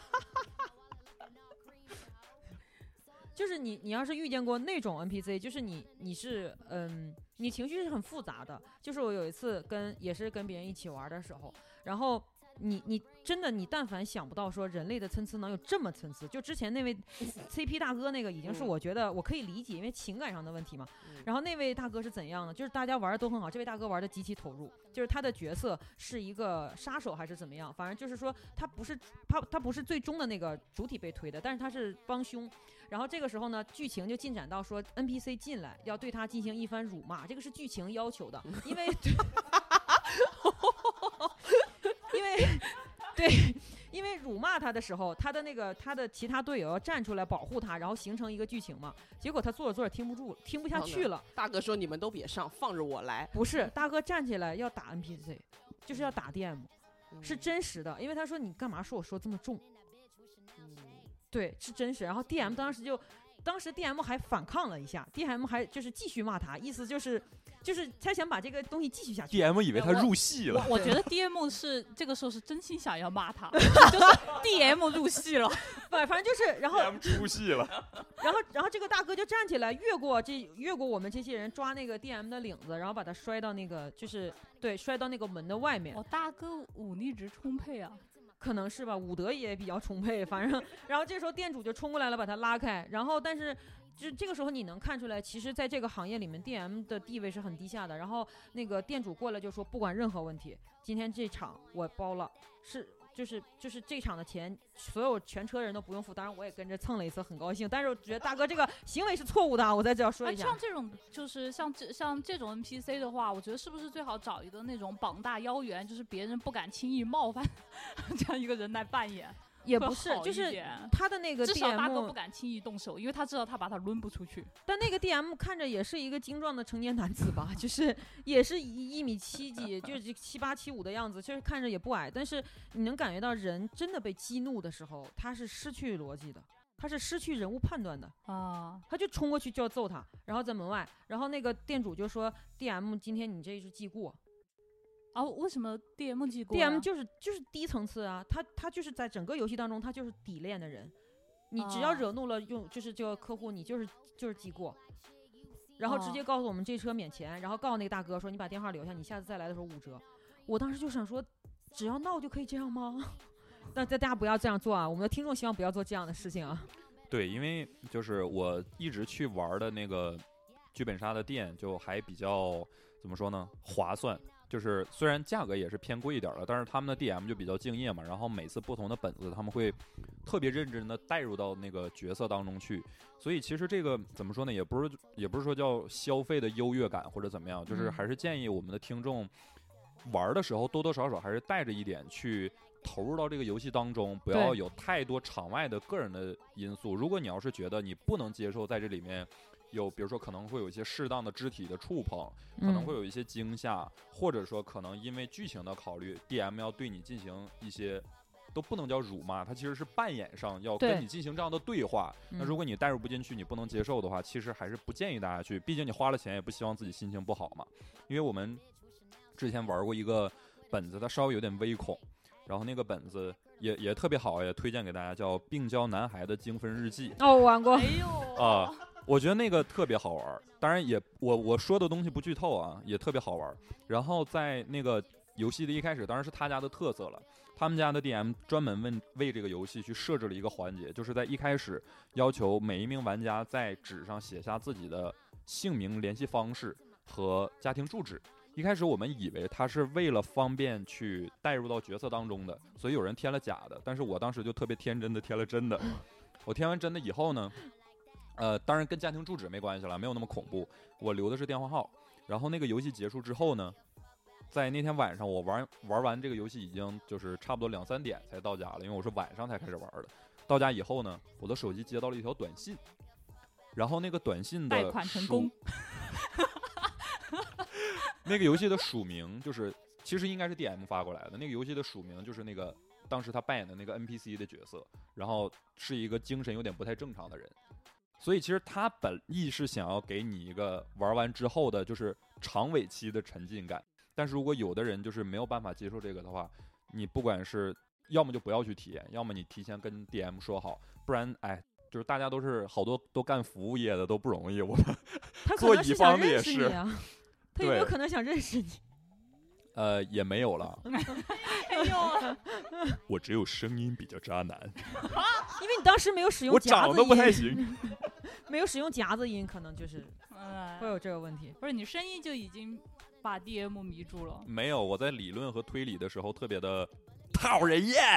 S3: 就是你，你要是遇见过那种 N P C， 就是你，你是，嗯，你情绪是很复杂的。就是我有一次跟，也是跟别人一起玩的时候，然后你，你真的，你但凡想不到说人类的参差能有这么参差。就之前那位 C P 大哥那个已经是我觉得我可以理解，因为情感上的问题嘛。然后那位大哥是怎样的？就是大家玩的都很好，这位大哥玩的极其投入，就是他的角色是一个杀手还是怎么样，反正就是说他不是他他不是最终的那个主体被推的，但是他是帮凶。然后这个时候呢，剧情就进展到说 N P C 进来要对他进行一番辱骂，这个是剧情要求的，因为因为对，因为辱骂他的时候，他的那个他的其他队友要站出来保护他，然后形成一个剧情嘛。结果他做着做着听不住，听不下去了。
S2: 大哥说：“你们都别上，放着我来。”
S3: 不是，大哥站起来要打 N P C， 就是要打 D M，、嗯、是真实的。因为他说：“你干嘛说我说这么重？”嗯，对，是真实。然后 D M 当时就，当时 D M 还反抗了一下 ，D M 还就是继续骂他，意思就是。就是他想把这个东西继续下去。
S4: D M 以为他入戏了。
S1: 我, 我, 我觉得 D M 是这个时候是真心想要骂他，就是 D M 入戏了。
S3: 反正就是，然后
S4: D M 出戏了。
S3: 然后，然后这个大哥就站起来，越过这越过我们这些人，抓那个 D M 的领子，然后把他摔到那个就是对摔到那个门的外面。
S1: 我、哦、大哥武力值充沛啊。
S3: 可能是吧，武德也比较充沛，反正，然后这时候店主就冲过来了，把他拉开，然后但是就这个时候你能看出来，其实在这个行业里面 D M 的地位是很低下的，然后那个店主过来就说不管任何问题，今天这场我包了，是就是就是这场的钱所有全车人都不用付，当然我也跟着蹭了一次，很高兴，但是我觉得大哥这个行为是错误的，我在这要说一下。
S1: 像这种就是像这像这种 N P C 的话，我觉得是不是最好找一个那种膀大腰圆，就是别人不敢轻易冒犯这样一个人来扮演？
S3: 也不是，就是他的那个 D M，
S1: 至少大哥不敢轻易动手，因为他知道他把他抡不出去。
S3: 但那个 D M 看着也是一个精壮的成年男子吧，就是也是一一米七几，就是七八七五的样子，就是看着也不矮。但是你能感觉到人真的被激怒的时候，他是失去逻辑的，他是失去人物判断的
S1: 啊，
S3: 他就冲过去就要揍他，然后在门外，然后那个店主就说 D M 今天你这是记过。
S1: 啊，为什么 D M 记过、啊、
S3: ？D M 就是就是低层次啊，他他就是在整个游戏当中，他就是底链的人，你只要惹怒了用就是这个客户，你就是就是记过，然后直接告诉我们这车免钱，然后告诉那个大哥说你把电话留下，你下次再来的时候五折。我当时就想说，只要闹就可以这样吗？ 但大家不要这样做啊！我们的听众希望不要做这样的事情啊。
S4: 对，因为就是我一直去玩的那个剧本杀的店，就还比较怎么说呢，划算。就是虽然价格也是偏贵一点了，但是他们的 D M 就比较敬业嘛，然后每次不同的本子他们会特别认真的带入到那个角色当中去，所以其实这个怎么说呢，也不是也不是说叫消费的优越感或者怎么样，就是还是建议我们的听众玩的时候多多少少还是带着一点去投入到这个游戏当中，不要有太多场外的个人的因素。如果你要是觉得你不能接受在这里面有比如说可能会有一些适当的肢体的触碰，可能会有一些惊吓、嗯、或者说可能因为剧情的考虑 D M 要对你进行一些都不能叫辱骂，它其实是扮演上要跟你进行这样的对话，那如果你带入不进去，你不能接受的话，其实还是不建议大家去，毕竟你花了钱也不希望自己心情不好嘛。因为我们之前玩过一个本子，它稍微有点微恐，然后那个本子也也特别好，也推荐给大家，叫《病娇男孩的精分日记》。
S3: 哦，我玩过。
S1: 哎呦
S4: 啊、呃，我觉得那个特别好玩，当然也我我说的东西不剧透啊，也特别好玩。然后在那个游戏的一开始，当然是他家的特色了。他们家的 D M 专门为为这个游戏去设置了一个环节，就是在一开始要求每一名玩家在纸上写下自己的姓名、联系方式和家庭住址。一开始我们以为他是为了方便去带入到角色当中的，所以有人填了假的，但是我当时就特别天真的填了真的。我填完真的以后呢，呃，当然跟家庭住址没关系了，没有那么恐怖。我留的是电话号。然后那个游戏结束之后呢，在那天晚上我玩玩完这个游戏已经就是差不多两三点才到家了，因为我是晚上才开始玩的。到家以后呢，我的手机接到了一条短信，然后那个短信的
S1: 贷款成功。
S4: 那个游戏的署名就是，其实应该是 D M 发过来的。那个游戏的署名就是那个当时他扮演的那个 N P C 的角色，然后是一个精神有点不太正常的人。所以其实他本意是想要给你一个玩完之后的就是长尾期的沉浸感。但是如果有的人就是没有办法接受这个的话，你不管是要么就不要去体验，要么你提前跟 D M 说好，不然哎。就是大家都是好多都干服务业的都不容易，我们做乙方的也是。
S3: 啊、他有没有可能想认识你？
S4: 呃，也没有了。
S1: 哎呦，
S4: 我只有声音比较渣男。
S3: 因为你当时没有使用夹子音，
S4: 我长得不太行。
S3: 没有使用夹子音，可能就是会有这个问题。
S1: 不是你声音就已经把 D M 迷住了？
S4: 没有，我在理论和推理的时候特别的讨人厌。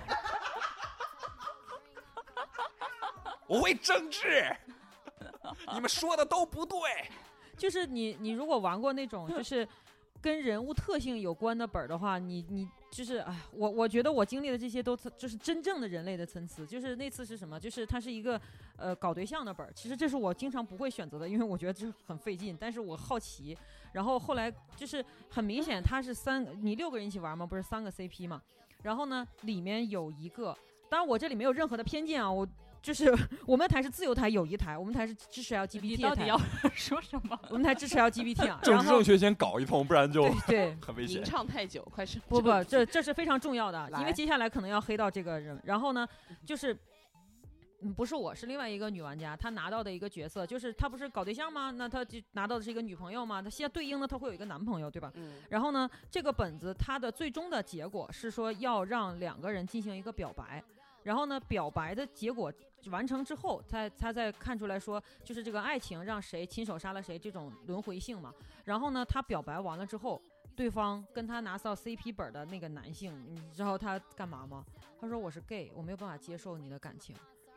S4: 我会政治，你们说的都不对。
S3: 就是你，你如果玩过那种就是跟人物特性有关的本的话，你你就是哎，我我觉得我经历的这些都就是真正的人类的参差。就是那次是什么？就是它是一个呃搞对象的本，其实这是我经常不会选择的，因为我觉得这很费劲，但是我好奇。然后后来就是很明显，它是三你六个人一起玩吗？不是三个 C P 吗？然后呢，里面有一个，当然我这里没有任何的偏见啊，我。就是我们台是自由台、友谊台，我们台是支持 L G B T 的台。
S1: 你到底要说什么？
S3: 我们台支持 L G B T 啊。
S4: 政治正确先搞一通，不然就
S3: 对对
S4: 很危险。
S2: 吟唱太久，快是
S3: 不不，这这是非常重要的，因为接下来可能要黑到这个人。然后呢，就是嗯，不是我是另外一个女玩家，她拿到的一个角色，就是她不是搞对象吗？那她就拿到的是一个女朋友嘛。她现在对应的她会有一个男朋友，对吧？
S2: 嗯。
S3: 然后呢，这个本子它的最终的结果是说要让两个人进行一个表白，然后呢，表白的结果。完成之后，他他再看出来说，就是这个爱情让谁亲手杀了谁这种轮回性嘛。然后呢，他表白完了之后，对方跟他拿到 C P 本的那个男性，你知道他干嘛吗？他说我是 gay， 我没有办法接受你的感情，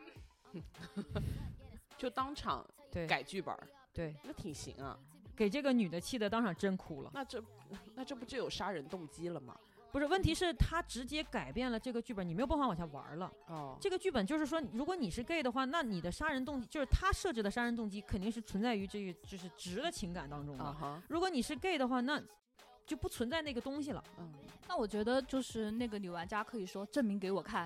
S2: 就当场改剧本。
S3: 对，
S2: 那挺行啊，
S3: 给这个女的气得当场真哭了。
S2: 那这那这不就有杀人动机了吗？
S3: 不是，问题是他直接改变了这个剧本，你没有办法往下玩了。
S2: 哦，
S3: 这个剧本就是说，如果你是 gay 的话，那你的杀人动机就是他设置的杀人动机肯定是存在于这个就是直的情感当中的。
S2: Uh-huh.
S3: 如果你是 gay 的话，那就不存在那个东西了。
S1: 嗯，那我觉得就是那个女玩家可以说证明给我看。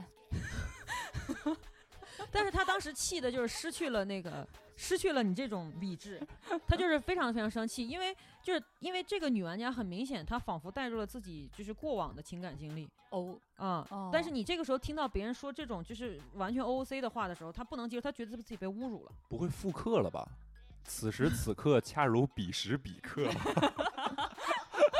S3: 但是他当时气的就是失去了那个失去了你这种理智，他就是非常非常生气，因为就是因为这个女玩家很明显，她仿佛带入了自己就是过往的情感经历。
S1: 哦，
S3: 啊、嗯哦，但是你这个时候听到别人说这种就是完全 O O C 的话的时候，他不能接受，他觉得自己被侮辱了。
S4: 不会复刻了吧？此时此刻恰如彼时彼刻。
S3: 那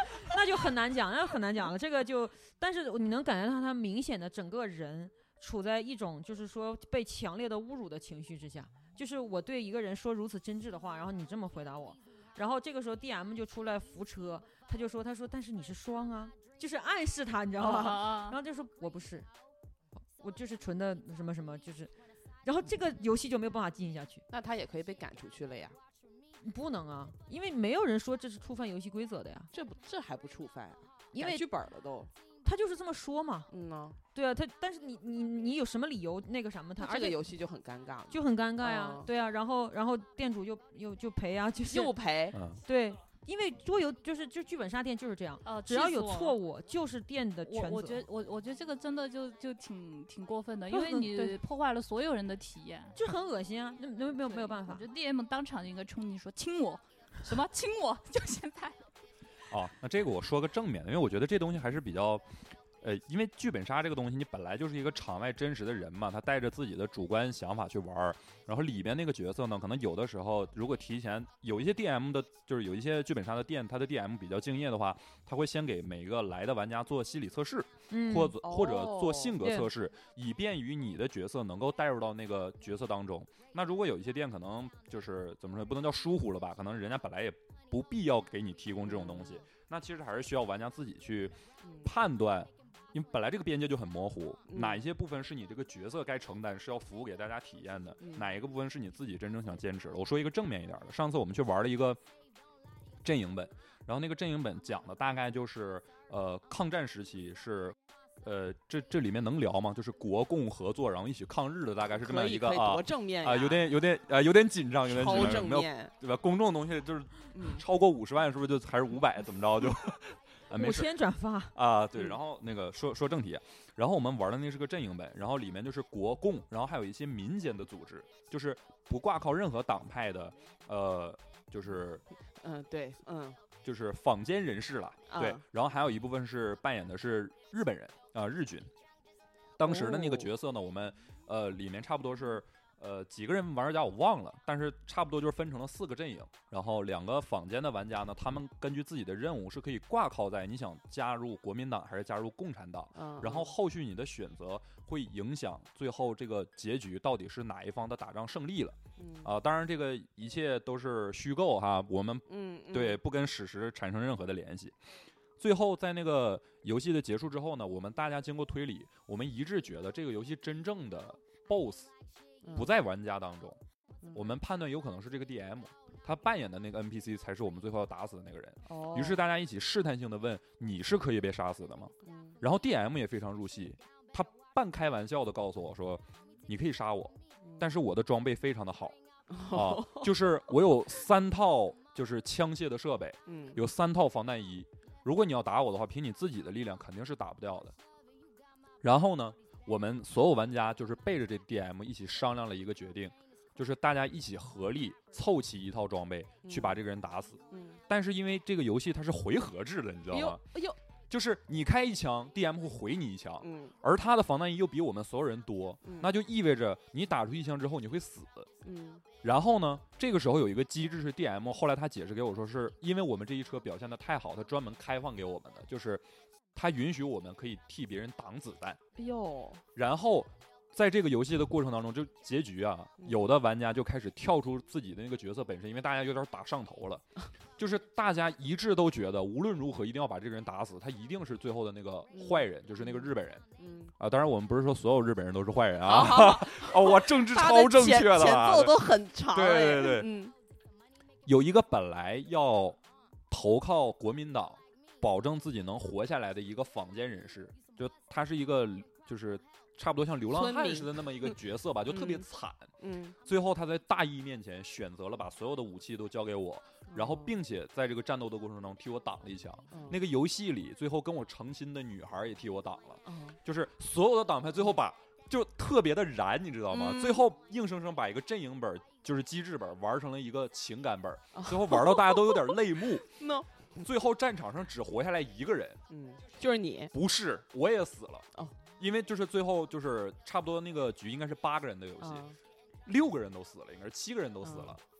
S3: 就很难讲，那很难讲了。这个就，但是你能感觉到他明显的整个人处在一种就是说被强烈的侮辱的情绪之下。就是我对一个人说如此真挚的话，然后你这么回答我，然后这个时候 D M 就出来扶车，他就说他说但是你是双啊，就是暗示他，你知道吧？
S1: 啊、
S3: 然后就说我不是，我就是纯的什么什么，就是，然后这个游戏就没有办法进行下去。
S2: 那他也可以被赶出去了呀？
S3: 不能啊，因为没有人说这是触犯游戏规则的呀。
S2: 这不这还不触犯啊？
S3: 因为
S2: 剧本了都。
S3: 他就是这么说嘛。
S2: 嗯呢。
S3: 对啊，他但是你你你有什么理由那个什么他？
S2: 这个游戏就很尴尬了，
S3: 就很尴尬呀。
S2: 嗯、
S3: 对啊，然后然后店主又又就赔啊，就是
S2: 又赔。
S4: 嗯、
S3: 对。因为桌游就是就剧本杀店就是这样，
S1: 呃，
S3: 只要有错误就是店的全责。
S1: 我我觉得我我觉得这个真的就就挺挺过分的，因为你破坏了所有人的体验，
S3: 就很恶心啊！那没有没有没有办法。
S1: 我觉得 D M 当场应该冲你说亲我，什么亲我，就现在。
S4: 哦，那这个我说个正面的，因为我觉得这东西还是比较。呃，因为剧本杀这个东西，你本来就是一个场外真实的人嘛，他带着自己的主观想法去玩儿，然后里边那个角色呢，可能有的时候如果提前有一些 D M 的，就是有一些剧本杀的店，他的 D M 比较敬业的话，他会先给每个来的玩家做心理测试，
S3: 嗯、
S4: 或者或者做性格测
S3: 哦
S4: 试，以便于你的角色能够带入到那个角色当中。那如果有一些店可能就是怎么说，不能叫疏忽了吧，可能人家本来也不必要给你提供这种东西，那其实还是需要玩家自己去判断。因为本来这个边界就很模糊，
S2: 嗯、
S4: 哪一些部分是你这个角色该承担，是要服务给大家体验的，
S2: 嗯、
S4: 哪一个部分是你自己真正想坚持的。我说一个正面一点的，上次我们去玩了一个阵营本，然后那个阵营本讲的大概就是呃抗战时期是。呃，这这里面能聊吗？就是国共合作，然后一起抗日的，大概是这么一个啊，
S2: 多正面
S4: 啊，有点有点呃有点紧张，有点紧张，
S2: 超正面，
S4: 对吧？公众东西就是超过五十万，是不是就还是五百？怎么着就？啊，
S3: 五千转发
S4: 啊，对，然后那个说说正题，然后我们玩的那是个阵营本，然后里面就是国共，然后还有一些民间的组织，就是不挂靠任何党派的，呃，就是
S2: 嗯，对，嗯，
S4: 就是坊间人士了，对，
S2: 嗯、
S4: 然后还有一部分是扮演的是日本人啊、呃，日军。当时的那个角色呢，
S2: 哦、
S4: 我们呃里面差不多是。呃，几个人玩家我忘了，但是差不多就是分成了四个阵营，然后两个坊间的玩家呢，他们根据自己的任务是可以挂靠在你想加入国民党还是加入共产党，
S2: 嗯、
S4: 然后后续你的选择会影响最后这个结局到底是哪一方的打仗胜利了。
S2: 嗯
S4: 啊、呃，当然这个一切都是虚构哈，我们
S2: 嗯
S4: 对不跟史实产生任何的联系。最后在那个游戏的结束之后呢，我们大家经过推理，我们一致觉得这个游戏真正的 B O S S。不在玩家当中，
S2: 嗯、
S4: 我们判断有可能是这个 D M， 他扮演的那个 N P C 才是我们最后要打死的那个人。
S2: 哦、
S4: 于是大家一起试探性的问：“你是可以被杀死的吗？”
S2: 嗯、
S4: 然后 D M 也非常入戏，他半开玩笑的告诉我说：“你可以杀我，
S2: 嗯、
S4: 但是我的装备非常的好、
S2: 哦、
S4: 啊，就是我有三套就是枪械的设备，
S2: 嗯、
S4: 有三套防弹衣。如果你要打我的话，凭你自己的力量肯定是打不掉的。”然后呢？我们所有玩家就是背着这 D M 一起商量了一个决定，就是大家一起合力凑齐一套装备去把这个人打死。
S2: 嗯、
S4: 但是因为这个游戏它是回合制的，你知道吗？
S2: 哎呦，
S4: 就是你开一枪 ，D M 会回你一枪，
S2: 嗯、
S4: 而他的防弹衣又比我们所有人多，
S2: 嗯、
S4: 那就意味着你打出一枪之后你会死。
S2: 嗯、
S4: 然后呢，这个时候有一个机制是 D M， 后来他解释给我说，是因为我们这一车表现的太好，他专门开放给我们的，就是他允许我们可以替别人挡子弹。
S2: 哎呦，
S4: 然后在这个游戏的过程当中，就结局啊，有的玩家就开始跳出自己的那个角色本身，因为大家有点打上头了，就是大家一致都觉得无论如何一定要把这个人打死，他一定是最后的那个坏人，就是那个日本人。
S2: 嗯
S4: 啊，当然我们不是说所有日本人都是坏人啊。
S2: 啊
S4: 哦，我政治超正确的
S2: 前奏都很长。
S4: 对对对，
S2: 嗯，
S4: 有一个本来要投靠国民党，保证自己能活下来的一个坊间人士，就他是一个就是差不多像流浪汉似的那么一个角色吧，就特别惨。
S2: 嗯，
S4: 最后他在大义面前选择了把所有的武器都交给我，然后并且在这个战斗的过程中替我挡了一枪。
S2: 嗯、
S4: 那个游戏里最后跟我成亲的女孩也替我挡了。
S2: 嗯、
S4: 就是所有的党派最后把就特别的燃，你知道吗？
S2: 嗯、
S4: 最后硬生生把一个阵营本就是机制本玩成了一个情感本，哦、最后玩到大家都有点泪目。
S2: no.
S4: 最后战场上只活下来一个人，
S2: 嗯，就是你。
S4: 不是，我也死了。
S2: 哦，
S4: 因为就是最后就是差不多那个局应该是八个人的游戏，
S2: 嗯、
S4: 六个人都死了，应该是七个人都死了。
S2: 嗯、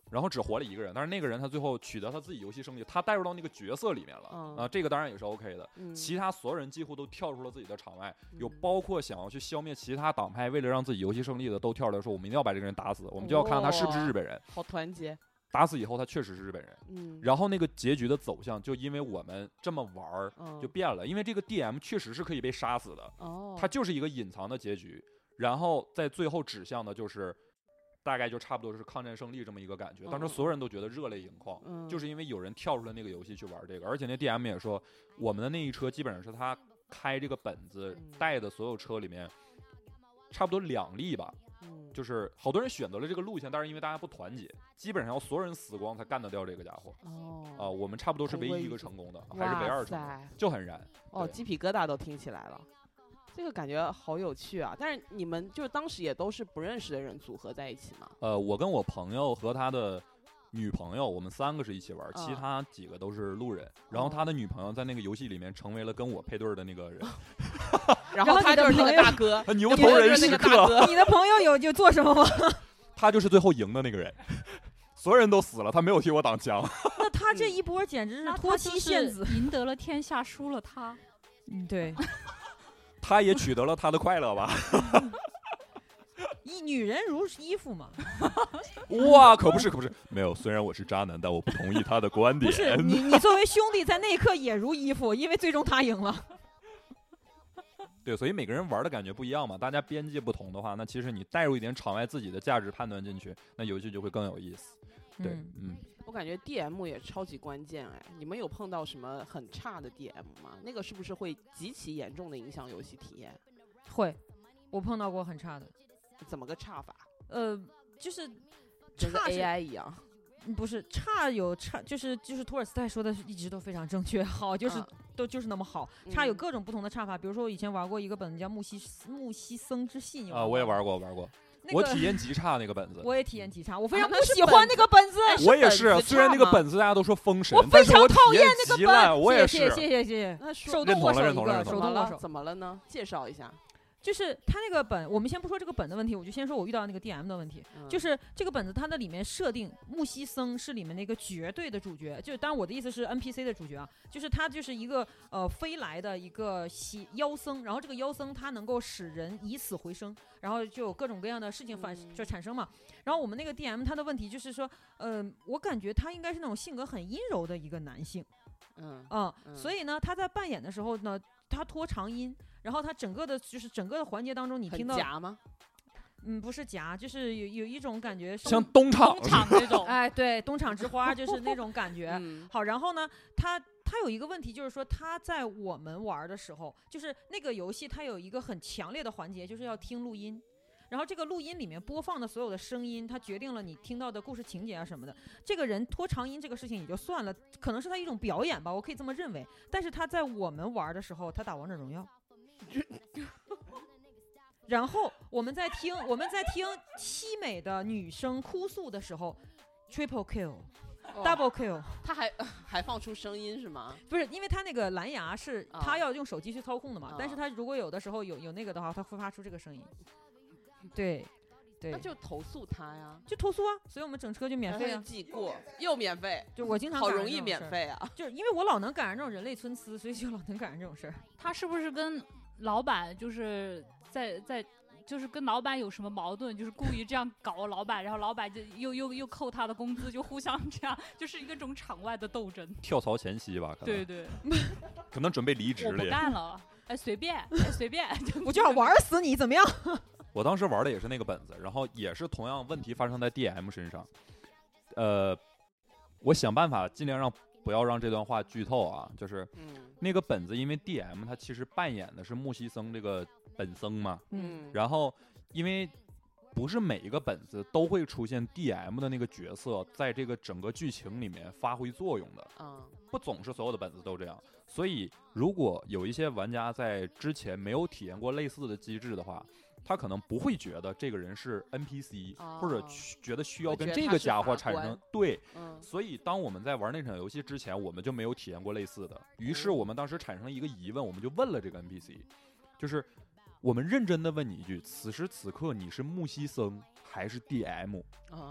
S4: 然后只活了一个人，但是那个人他最后取得他自己游戏胜利，他带入到那个角色里面了、
S2: 嗯、
S4: 啊，这个当然也是 OK 的、
S2: 嗯。
S4: 其他所有人几乎都跳出了自己的场外，嗯、有包括想要去消灭其他党派，为了让自己游戏胜利的都跳出来说，我们一定要把这个人打死，我们就要看看他是不是日本人。
S2: 好团结。
S4: 打死以后，他确实是日本人。
S2: 嗯。
S4: 然后那个结局的走向，就因为我们这么玩儿，
S2: 嗯、
S4: 就变了。因为这个 D M 确实是可以被杀死的。
S2: 哦。
S4: 它就是一个隐藏的结局，然后在最后指向的就是。大概就差不多是抗战胜利这么一个感觉，当时所有人都觉得热泪盈眶、嗯，就是因为有人跳出了那个游戏去玩这个，而且那 D M 也说，我们的那一车基本上是他开这个本子带的所有车里面，差不多两例吧，嗯、就是好多人选择了这个路线，但是因为大家不团结，基本上要所有人死光才干得掉这个家伙。哦，啊、呃，我们差不多是唯一一个成功的，还是唯二成功，就很燃。
S2: 哦，鸡皮疙瘩都听起来了。这个感觉好有趣啊！但是你们就是当时也都是不认识的人组合在一起吗？
S4: 呃，我跟我朋友和他的女朋友，我们三个是一起玩，嗯、其他几个都是路人。然后他的女朋友在那个游戏里面成为了跟我配对的那个人，
S2: 然后他就是那个大哥，
S4: 他牛头人时刻。
S3: 你的朋友有就做什么吗？
S4: 他就是最后赢的那个人。所有人都死了，他没有替我挡枪。
S3: 那他这一波简直是脱妻献子，
S1: 赢得了天下，输了他。
S3: 嗯，对。
S4: 他也取得了他的快乐吧？
S3: 一女人如衣服嘛。
S4: 哇，可不是，可不是，没有。虽然我是渣男，但我不同意他的观点。
S3: 不是你，你作为兄弟，在那一刻也如衣服，因为最终他赢了。
S4: 对，所以每个人玩的感觉不一样嘛。大家边界不同的话，那其实你带入一点场外自己的价值判断进去，那游戏就会更有意思。对，嗯。嗯
S2: 我感觉 D M 也超级关键哎，你们有碰到什么很差的 D M 吗？那个是不是会极其严重的影响游戏体验？
S3: 会，我碰到过很差的。
S2: 怎么个差法？
S3: 呃，就是
S2: 跟个 A I 一样。
S3: 不是差有差，就是就是托尔斯泰说的一直都非常正确，好就是、嗯、都就是那么好。差有各种不同的差法，比如说我以前玩过一个本子叫木西木西僧之戏，你玩过
S4: 啊？我也玩过，玩过。那个、我体验极差那个本子，
S3: 我也体验极差，我非常不喜欢那个本子。
S2: 啊、
S4: 我也是，虽然那个本子大家都说封神，
S3: 我非常讨厌
S4: 那个本子。我也是，
S3: 谢谢谢谢谢谢。
S2: 那
S3: 手动握手一个，手动握手。
S2: 怎么了呢？介绍一下。
S3: 就是他那个本，我们先不说这个本的问题，我就先说我遇到那个 D M 的问题。嗯、就是这个本子它的里面设定木西僧是里面那个绝对的主角，就当然我的意思是 N P C 的主角啊，就是他就是一个呃飞来的一个妖僧，然后这个妖僧他能够使人以死回生，然后就有各种各样的事情反、嗯、就产生嘛。然后我们那个 D M 他的问题就是说，呃，我感觉他应该是那种性格很阴柔的一个男性，嗯嗯，嗯所以呢他在扮演的时候呢，他拖长音。然后他整个的，就是整个的环节当中，你听到
S2: 很夹吗？
S3: 嗯，不是夹，就是有有一种感觉，
S4: 像东厂
S1: 东厂那种，
S3: 哎，对，东厂之花就是那种感觉。
S2: 嗯、
S3: 好，然后呢，他他有一个问题，就是说他在我们玩的时候，就是那个游戏它有一个很强烈的环节，就是要听录音。然后这个录音里面播放的所有的声音，它决定了你听到的故事情节啊什么的。这个人拖长音这个事情也就算了，可能是他一种表演吧，我可以这么认为。但是他在我们玩的时候，他打王者荣耀。然后我们在听我们在听凄美的女生哭诉的时候 ，triple kill、double kill，
S2: 他还还放出声音是吗？
S3: 不是，因为他那个蓝牙是他要用手机去操控的嘛，哦、但是他如果有的时候有有那个的话，他会发出这个声音。对。对，
S2: 那就投诉他呀，
S3: 就投诉啊，所以我们整车就免费啊，
S2: 记过又免费，
S3: 就我经常
S2: 好容易免费啊，
S3: 就是因为我老能赶上这种人类参差，所以就老能赶上这种事儿。
S1: 他是不是跟老板就是在在就是跟老板有什么矛盾，就是故意这样搞老板，然后老板就又又又扣他的工资，就互相这样，就是一个种场外的斗争。
S4: 跳槽前夕吧，可能
S1: 对对，
S4: 可能准备离职了。
S1: 我不干了，哎，随便，哎，随便，
S3: 我就要玩死你，怎么样？
S4: 我当时玩的也是那个本子，然后也是同样问题发生在 D M 身上。呃，我想办法尽量让不要让这段话剧透啊，就是、嗯、那个本子，因为 D M 他其实扮演的是木西僧这个本僧嘛，嗯，然后因为不是每一个本子都会出现 D M 的那个角色在这个整个剧情里面发挥作用的，嗯，不总是所有的本子都这样，所以如果有一些玩家在之前没有体验过类似的机制的话，他可能不会觉得这个人是 N P C、哦、或者觉得需要跟这个家伙产生对、嗯，所以当我们在玩那场游戏之前，我们就没有体验过类似的，于是我们当时产生了一个疑问，我们就问了这个 N P C， 就是我们认真的问你一句，此时此刻你是木西僧还是 D M？ 啊，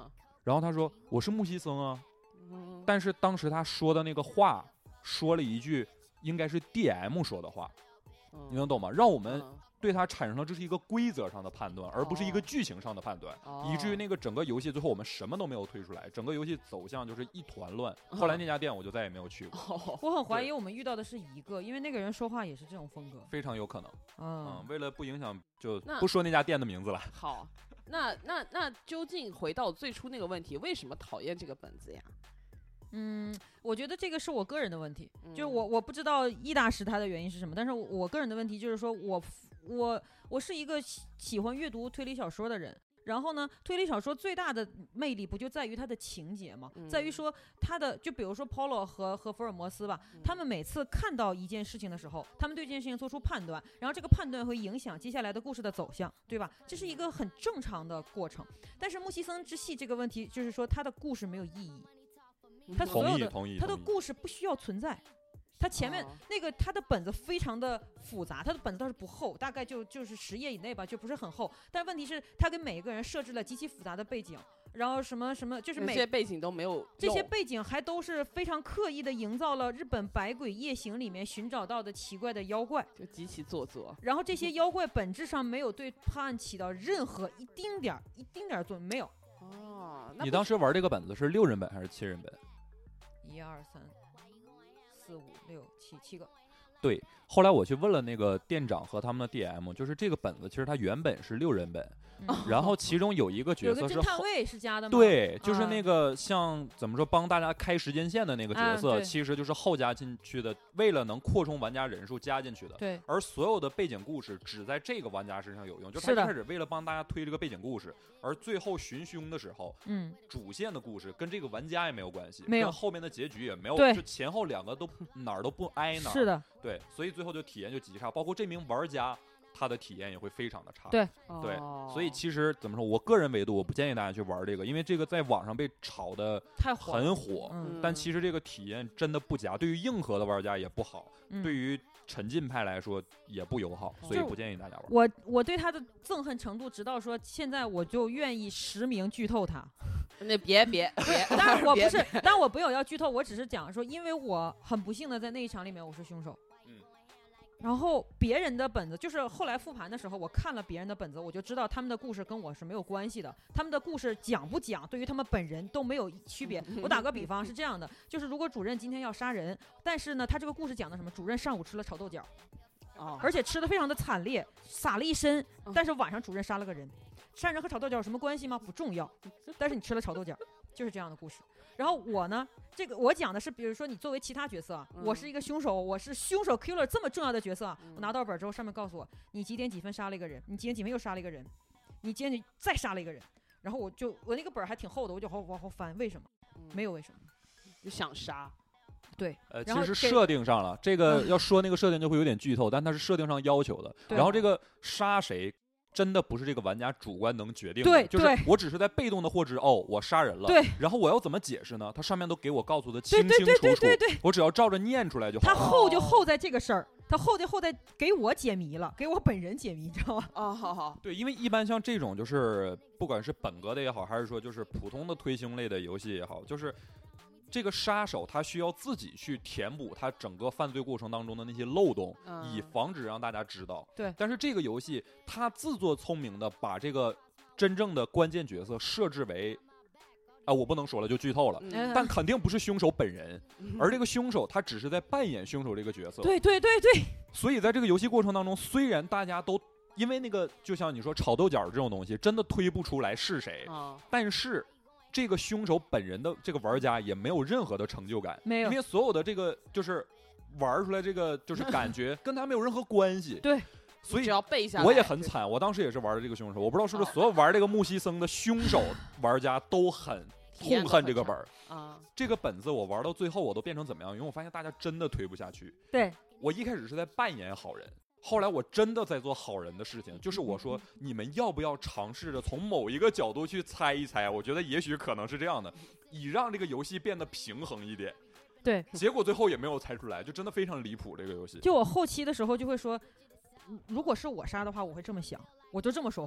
S4: 然后他说我是木西僧啊，
S2: 嗯、
S4: 但是当时他说的那个话说了一句应该是 D M 说的话，
S2: 嗯、
S4: 你能懂吗？让我们对它产生了这是一个规则上的判断，而不是一个剧情上的判断，
S2: 哦、
S4: 以至于那个整个游戏最后我们什么都没有推出来，整个游戏走向就是一团乱。哦、后来那家店我就再也没有去过。
S2: 哦、
S3: 我很怀疑我们遇到的是一个，因为那个人说话也是这种风格，
S4: 非常有可能。
S3: 嗯，
S4: 嗯为了不影响，就不说那家店的名字了。
S2: 好，那那那究竟回到最初那个问题，为什么讨厌这个本子呀？
S3: 嗯，我觉得这个是我个人的问题，
S2: 嗯、
S3: 就是我我不知道易大师他的原因是什么，但是我个人的问题就是说我我我是一个喜欢阅读推理小说的人，然后呢，推理小说最大的魅力不就在于它的情节吗？
S2: 嗯、
S3: 在于说它的，就比如说 Polo 和和福尔摩斯吧，嗯、他们每次看到一件事情的时候，他们对这件事情做出判断，然后这个判断会影响接下来的故事的走向，对吧？这是一个很正常的过程。但是木西僧之系这个问题就是说，它的故事没有意义。他所有的他的故事不需要存在，他前面那个他的本子非常的复杂，他的本子倒是不厚，大概就就是十页以内吧，就不是很厚。但问题是，他给每一个人设置了极其复杂的背景，然后什么什么，就是每
S2: 这些背景都没有，
S3: 这些背景还都是非常刻意的营造了日本百鬼夜行里面寻找到的奇怪的妖怪，
S2: 就极其做作。
S3: 然后这些妖怪本质上没有对判案起到任何一丁点儿一丁点儿作用，没有。
S2: 哦，
S4: 你当时玩这个本子是六人本还是七人本？
S3: 一二三四五六七七个。
S4: 对，后来我去问了那个店长和他们的 D M， 就是这个本子其实它原本是六人本，嗯、然后其中有一个角色是
S3: 有个侦探位是加的吗？
S4: 对，就是那个像怎么说帮大家开时间线的那个角色，
S3: 啊、
S4: 其实就是后加进去的，为了能扩充玩家人数加进去的。
S3: 对，
S4: 而所有的背景故事只在这个玩家身上有用，就他一开始为了帮大家推这个背景故事，而最后寻凶的时候，
S3: 嗯，
S4: 主线的故事跟这个玩家也没有关系，
S3: 没有，
S4: 跟后面的结局也没有，
S3: 对，
S4: 就前后两个都哪儿都不挨哪儿。
S3: 是的，
S4: 对，所以最后就体验就极差，包括这名玩家他的体验也会非常的差。
S3: 对
S4: 对、
S2: 哦，
S4: 所以其实怎么说，我个人维度我不建议大家去玩这个，因为这个在网上被炒的
S3: 太
S4: 很火，
S3: 嗯、
S4: 但其实这个体验真的不佳，对于硬核的玩家也不好，
S3: 嗯、
S4: 对于沉浸派来说也不友好，所以不建议大家玩。
S3: 我我对他的憎恨程度，直到说现在我就愿意实名剧透他。
S2: 那别别别，
S3: 当然我不是，当然我不有要剧透，我只是讲说，因为我很不幸的在那一场里面我是凶手。
S4: 嗯。
S3: 然后别人的本子，就是后来复盘的时候，我看了别人的本子，我就知道他们的故事跟我是没有关系的。他们的故事讲不讲，对于他们本人都没有区别。我打个比方是这样的，就是如果主任今天要杀人，但是呢，他这个故事讲的什么？主任上午吃了炒豆角，
S2: 哦、
S3: 而且吃的非常的惨烈，撒了一身，但是晚上主任杀了个人。杀人和炒豆角有什么关系吗？不重要，但是你吃了炒豆角，就是这样的故事。然后我呢，这个我讲的是，比如说你作为其他角色，
S2: 嗯、
S3: 我是一个凶手，我是凶手 killer 这么重要的角色，
S2: 嗯、
S3: 我拿到本之后，上面告诉我你几点几分杀了一个人，你几点几分又杀了一个人，你几点再杀了一个人，然后我就我那个本还挺厚的，我就往后翻，为什么？
S2: 嗯、
S3: 没有为什么，
S2: 就想杀。
S3: 对，
S4: 呃，其实设定上了，这个要说那个设定就会有点剧透，但它是设定上要求的。然后这个杀谁？真的不是这个玩家主观能决定的，
S3: 对，
S4: 就是我只是在被动的获知，哦，我杀人了，
S3: 对，
S4: 然后我要怎么解释呢？它上面都给我告诉的清清楚楚，
S3: 对对对对对对，
S4: 我只要照着念出来就好。
S3: 它厚就厚在这个事儿，它厚就厚在给我解谜了，给我本人解谜，你知道吗？
S2: 哦，好好，
S4: 对，因为一般像这种就是不管是本格的也好，还是说就是普通的推凶类的游戏也好，就是这个杀手他需要自己去填补他整个犯罪过程当中的那些漏洞，
S2: 嗯、
S4: 以防止让大家知道。
S3: 对，
S4: 但是这个游戏他自作聪明的把这个真正的关键角色设置为，啊，我不能说了，就剧透了。
S3: 嗯、
S4: 但肯定不是凶手本人，
S2: 嗯、
S4: 而这个凶手他只是在扮演凶手这个角色。
S3: 对对对对。
S4: 所以在这个游戏过程当中，虽然大家都因为那个就像你说炒豆角这种东西，真的推不出来是谁，
S2: 哦、
S4: 但是。这个凶手本人的这个玩家也没有任何的成就感，
S3: 没有，
S4: 因为所有的这个就是玩出来这个就是感觉跟他没有任何关系。
S3: 对，
S4: 所以
S2: 只要背下来，
S4: 我也很惨，我当时也是玩的这个凶手，我不知道是不是所有玩这个木西僧的凶手玩家都很痛恨这个本儿
S2: 啊。
S4: 这个本子我玩到最后我都变成怎么样？因为我发现大家真的推不下去。
S3: 对，
S4: 我一开始是在扮演好人。后来我真的在做好人的事情，就是我说你们要不要尝试着从某一个角度去猜一猜？我觉得也许可能是这样的，以让这个游戏变得平衡一点。
S3: 对，
S4: 结果最后也没有猜出来，就真的非常离谱这个游戏。
S3: 就我后期的时候就会说，如果是我杀的话，我会这么想，我就这么说话。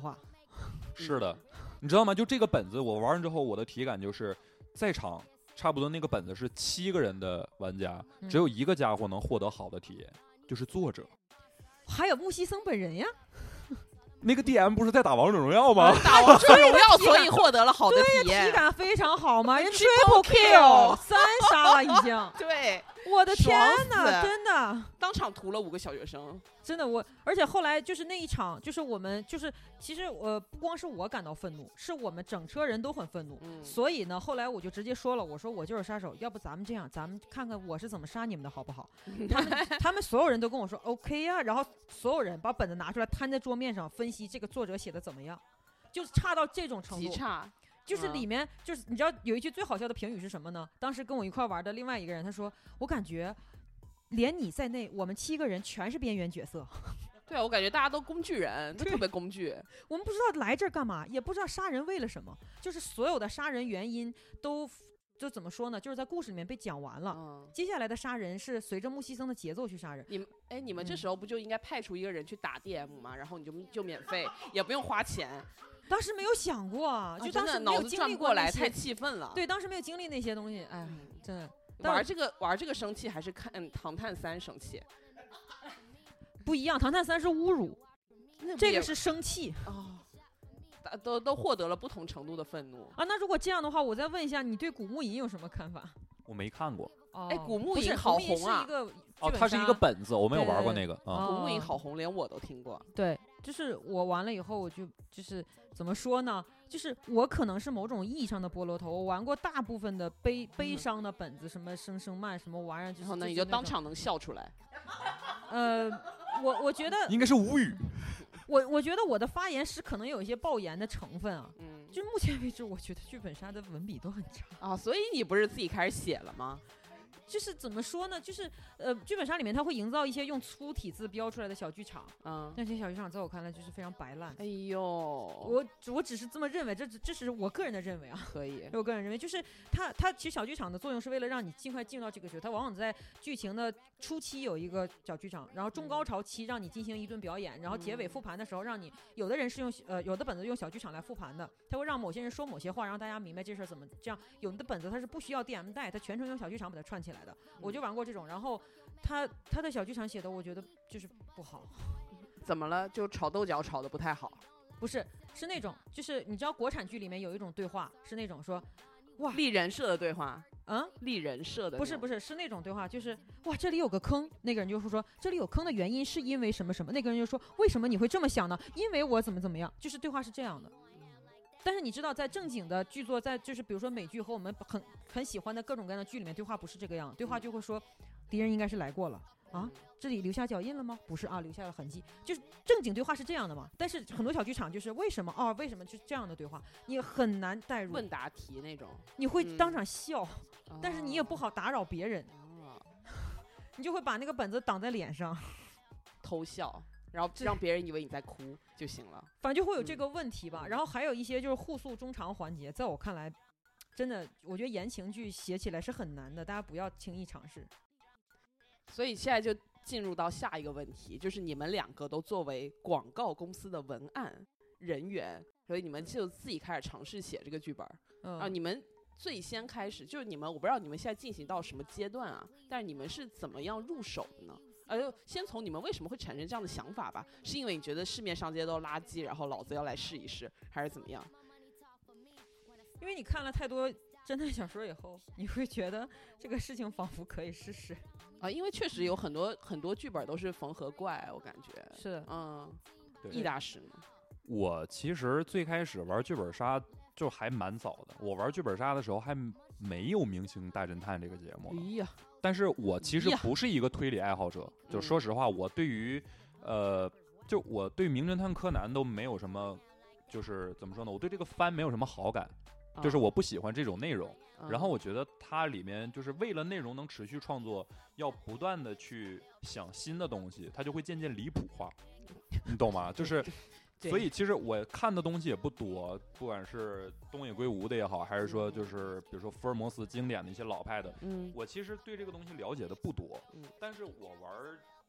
S4: 是的，你知道吗？就这个本子，我玩完之后，我的体感就是，在场差不多那个本子是七个人的玩家，只有一个家伙能获得好的体验，就是作者。
S3: 还有木西森本人呀。
S4: 那个 D M 不是在打王者荣耀吗？
S2: 打王者荣耀，所以获得了好的体验，
S3: 体感非常好嘛，人 triple kill 三杀了已经。
S2: 对，
S3: 我的天哪，真的，
S2: 当场屠了五个小学生，
S3: 真的我，而且后来就是那一场，就是我们就是其实呃不光是我感到愤怒，是我们整车人都很愤怒，
S2: 嗯、
S3: 所以呢，后来我就直接说了，我说我就是杀手，要不咱们这样，咱们看看我是怎么杀你们的好不好？他们他们所有人都跟我说 OK 呀、啊，然后所有人把本子拿出来摊在桌面上分析这个作者写的怎么样，就是差到这种程度，
S2: 极差。
S3: 就是里面、嗯、就是你知道有一句最好笑的评语是什么呢？当时跟我一块玩的另外一个人他说，我感觉连你在内我们七个人全是边缘角色。
S2: 对啊，我感觉大家都工具人，都特别工具。
S3: 我们不知道来这儿干嘛，也不知道杀人为了什么，就是所有的杀人原因都就怎么说呢？就是在故事里面被讲完了。嗯、接下来的杀人是随着木西森的节奏去杀人。
S2: 你们哎，你们这时候不就应该派出一个人去打 D M 吗？然后你就就免费，也不用花钱。
S3: 当时没有想过，啊、就当时没有经历
S2: 过来，太气愤了。
S3: 对，当时没有经历那些东西，哎，嗯、真的。
S2: 玩这个玩这个生气，还是看《唐探三》生气？
S3: 不一样，《唐探三》是侮辱，这个是生气
S2: 哦。都都获得了不同程度的愤怒
S3: 啊！那如果这样的话，我再问一下，你对古墓吟有什么看法？
S4: 我没看过。
S2: 哎、哦，古墓吟好红啊！
S4: 哦，它是一个本子，我没有玩过那个。
S2: 啊、古墓吟好红，连我都听过。
S3: 对，就是我玩了以后，我就就是怎么说呢？就是我可能是某种意义上的菠萝头，我玩过大部分的悲悲伤的本子，嗯、什么声声慢什么玩意儿，就是
S2: 然后呢，你就当场能笑出来。
S3: 呃，我我觉得
S4: 应该是无语。
S3: 我我觉得我的发言是可能有一些爆言的成分啊，
S2: 嗯，
S3: 就目前为止，我觉得剧本杀的文笔都很差
S2: 啊，所以你不是自己开始写了吗？
S3: 就是怎么说呢？就是呃，剧本杀里面它会营造一些用粗体字标出来的小剧场，嗯，那些小剧场在我看来就是非常白烂。
S2: 哎呦，
S3: 我我只是这么认为，这这是我个人的认为啊。
S2: 可以，
S3: 我个人认为就是它它其实小剧场的作用是为了让你尽快进入到这个角色，它往往在剧情的初期有一个小剧场，然后中高潮期让你进行一顿表演，然后结尾复盘的时候让你有的人是用呃有的本子用小剧场来复盘的，它会让某些人说某些话，让大家明白这事儿怎么这样。有的本子它是不需要 D M 带，它全程用小剧场把它串起来的。我就玩过这种，然后他他的小剧场写的我觉得就是不好。
S2: 怎么了？就炒豆角炒的不太好？
S3: 不是，是那种就是你知道国产剧里面有一种对话是那种说哇
S2: 立人设的对话，
S3: 嗯，
S2: 立人设的
S3: 不是不是是那种对话，就是哇这里有个坑，那个人就说这里有坑的原因是因为什么什么，那个人就说为什么你会这么想呢？因为我怎么怎么样，就是对话是这样的。但是你知道，在正经的剧作，在就是比如说美剧和我们很很喜欢的各种各样的剧里面，对话不是这个样，对话就会说，敌人应该是来过了啊，这里留下脚印了吗？不是啊，留下了痕迹。就是正经对话是这样的嘛。但是很多小剧场就是为什么啊？为什么就是这样的对话，你很难带入。
S2: 问答题那种，
S3: 你会当场笑，
S2: 嗯、
S3: 但是你也不好打扰别人，
S2: 哦、
S3: 你就会把那个本子挡在脸上，
S2: 偷笑。然后让别人以为你在哭就行了，
S3: 反正就会有这个问题吧。嗯、然后还有一些就是互诉衷肠环节，在我看来，真的，我觉得言情剧写起来是很难的，大家不要轻易尝试。
S2: 所以现在就进入到下一个问题，就是你们两个都作为广告公司的文案人员，所以你们就自己开始尝试写这个剧本。嗯、啊，你们最先开始就是你们，我不知道你们现在进行到什么阶段啊？但是你们是怎么样入手的呢？呃，先从你们为什么会产生这样的想法吧？是因为你觉得市面上这些都垃圾，然后老子要来试一试，还是怎么样？
S3: 因为你看了太多侦探小说以后，你会觉得这个事情仿佛可以试试
S2: 啊。因为确实有很多很多剧本都是缝合怪，我感觉
S3: 是的，
S2: 嗯，易大师呢？
S4: 我其实最开始玩剧本杀就还蛮早的，我玩剧本杀的时候还没有《明星大侦探》这个节目。
S2: 哎呀！
S4: 但是我其实不是一个推理爱好者，就说实话，我对于，呃，就我对名侦探柯南都没有什么，就是怎么说呢？我对这个番没有什么好感，就是我不喜欢这种内容。然后我觉得它里面就是为了内容能持续创作，要不断的去想新的东西，它就会渐渐离谱化，你懂吗？就是。所以其实我看的东西也不多，不管是东野圭吾的也好，还是说就是比如说福尔摩斯经典的一些老派的，嗯，我其实对这个东西了解的不多，嗯，但是我玩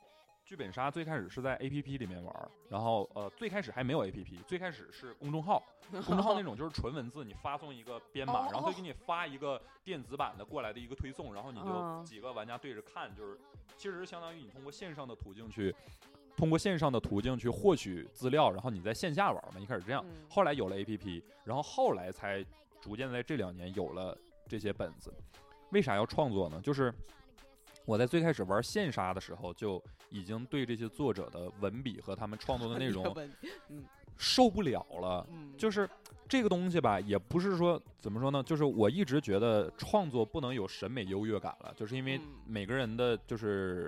S4: 剧本杀最开始是在 A P P 里面玩，然后呃最开始还没有 A P P， 最开始是公众号，公众号那种就是纯文字，你发送一个编码，然后就给你发一个电子版的过来的一个推送，然后你就几个玩家对着看，就是其实相当于你通过线上的途径去。通过线上的途径去获取资料，然后你在线下玩嘛，一开始这样，后来有了 A P P， 然后后来才逐渐在这两年有了这些本子。为啥要创作呢？就是我在最开始玩线杀的时候，就已经对这些作者的文笔和他们创作的内容受不了了。就是这个东西吧，也不是说怎么说呢，就是我一直觉得创作不能有审美优越感了，就是因为每个人的就是。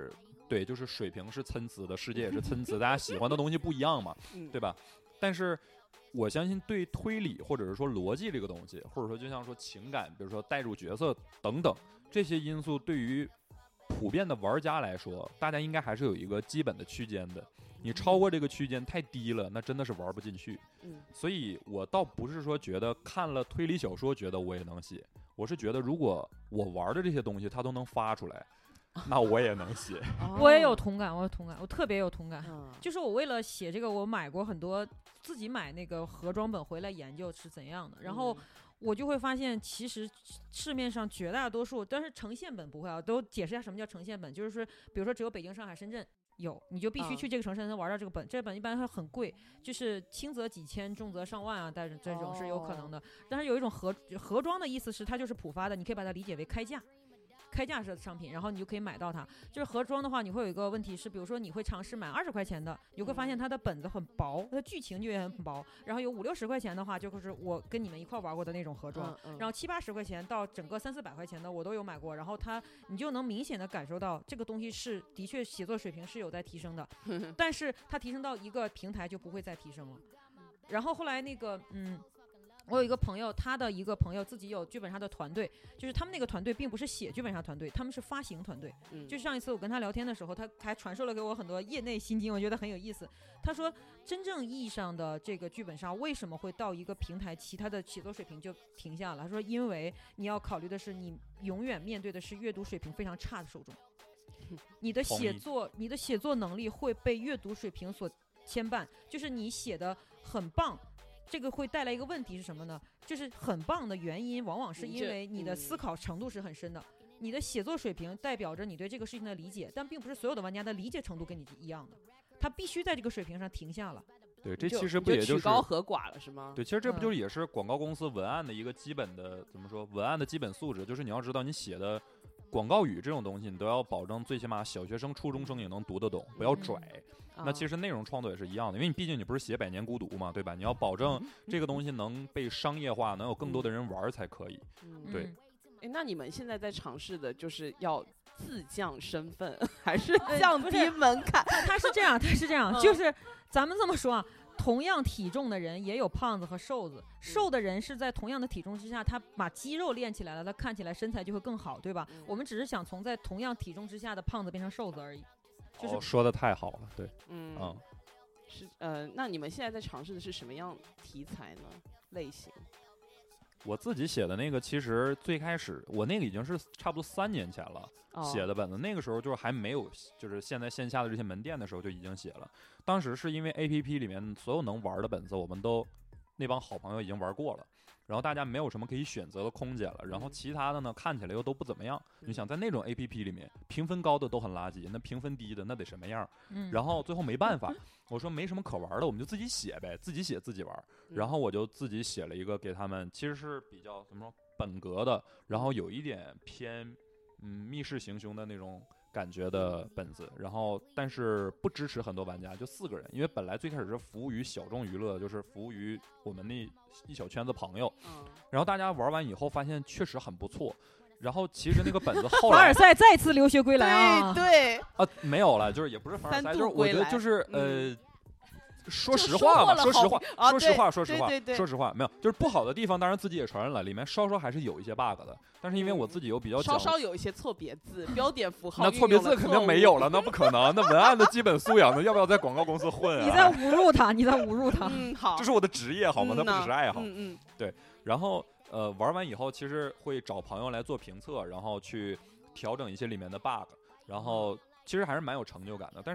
S4: 对，就是水平是参差的，世界也是参差，大家喜欢的东西不一样嘛，对吧？但是我相信对推理或者是说逻辑这个东西，或者说就像说情感，比如说带入角色等等这些因素，对于普遍的玩家来说，大家应该还是有一个基本的区间的。你超过这个区间太低了，那真的是玩不进去。所以我倒不是说觉得看了推理小说觉得我也能写，我是觉得如果我玩的这些东西它都能发出来。那我也能写，
S3: 我也有同感，我有同感，我特别有同感。嗯、就是我为了写这个，我买过很多，自己买那个盒装本回来研究是怎样的，然后我就会发现，其实市面上绝大多数，但是呈现本不会啊，都解释一下什么叫呈现本，就是说，比如说只有北京、上海、深圳有，你就必须去这个城市才能玩到这个本，嗯、这个本一般会很贵，就是轻则几千，重则上万啊，但是这种是有可能的。哦、但是有一种盒盒装的意思是，它就是普发的，你可以把它理解为开价。开价式的商品，然后你就可以买到它。就是盒装的话，你会有一个问题是，比如说你会尝试买二十块钱的，你会发现它的本子很薄，它的剧情就也很薄。然后有五六十块钱的话，就是我跟你们一块玩过的那种盒装。嗯嗯、然后七八十块钱到整个三四百块钱的，我都有买过。然后它，你就能明显的感受到这个东西是的确写作水平是有在提升的，但是它提升到一个平台就不会再提升了。然后后来那个，嗯。我有一个朋友，他的一个朋友自己有剧本杀的团队，就是他们那个团队并不是写剧本杀团队，他们是发行团队。嗯，就上一次我跟他聊天的时候，他还传授了给我很多业内心经，我觉得很有意思。他说，真正意义上的这个剧本杀为什么会到一个平台，其他的写作水平就停下了？他说，因为你要考虑的是，你永远面对的是阅读水平非常差的受众，你的写作，你的写作能力会被阅读水平所牵绊，就是你写的很棒。这个会带来一个问题是什么呢？就是很棒的原因往往是因为你的思考程度是很深的，你的写作水平代表着你对这个事情的理解，但并不是所有的玩家的理解程度跟你一样的，他必须在这个水平上停下了。
S4: 对，这其实不也就是
S2: 曲高和寡了是吗？
S4: 对，其实这不就也是广告公司文案的一个基本的怎么说？文案的基本素质，就是你要知道你写的广告语这种东西，你都要保证最起码小学生、初中生也能读得懂，不要拽。嗯、那其实内容创作也是一样的，因为你毕竟你不是写《百年孤独》嘛，对吧？你要保证这个东西能被商业化，能有更多的人玩才可以。嗯、对。
S2: 哎，那你们现在在尝试的就是要自降身份，还是降低门槛？
S3: 他他是这样，他是这样，嗯、就是咱们这么说啊。同样体重的人也有胖子和瘦子，瘦的人是在同样的体重之下，他把肌肉练起来了，他看起来身材就会更好，对吧？嗯、我们只是想从在同样体重之下的胖子变成瘦子而已。就是、
S4: 哦，说的太好了，对，
S2: 嗯，嗯是呃，那你们现在在尝试的是什么样题材呢？类型？
S4: 我自己写的那个，其实最开始我那个已经是差不多三年前了、哦、写的本子，那个时候就是还没有，就是现在线下的这些门店的时候就已经写了。当时是因为 A P P 里面所有能玩的本子，我们都那帮好朋友已经玩过了，然后大家没有什么可以选择的空间了，然后其他的呢看起来又都不怎么样。你想在那种 A P P 里面，评分高的都很垃圾，那评分低的那得什么样？嗯，然后最后没办法，我说没什么可玩的，我们就自己写呗，自己写自己玩。然后我就自己写了一个给他们，其实是比较怎么说本格的，然后有一点偏嗯密室行凶的那种感觉的本子，然后但是不支持很多玩家，就四个人，因为本来最开始是服务于小众娱乐，就是服务于我们那一小圈子朋友，然后大家玩完以后发现确实很不错。然后其实那个本子后来
S3: 凡尔赛再次留学归来啊，
S2: 对对
S4: 啊没有了，就是也不是凡尔赛，就是我觉得就是呃。说实话吧，说实话，
S2: 啊、
S4: 说实话，说实话，
S2: 对对对
S4: 说实话，没有，就是不好的地方，当然自己也承认了，里面稍稍还是有一些 bug 的。但是因为我自己又比较
S2: 稍稍有一些错别字、标点符号，
S4: 那错别字肯定没有了，那不可能。那文案的基本素养呢？要不要在广告公司混啊？
S3: 你在侮辱他，你在侮辱他。
S2: 嗯，好，
S4: 这是我的职业好吗？那、
S2: 嗯、
S4: 不只是爱好。
S2: 嗯嗯，
S4: 对。然后呃，玩完以后，其实会找朋友来做评测，然后去调整一些里面的 bug， 然后其实还是蛮有成就感的。但是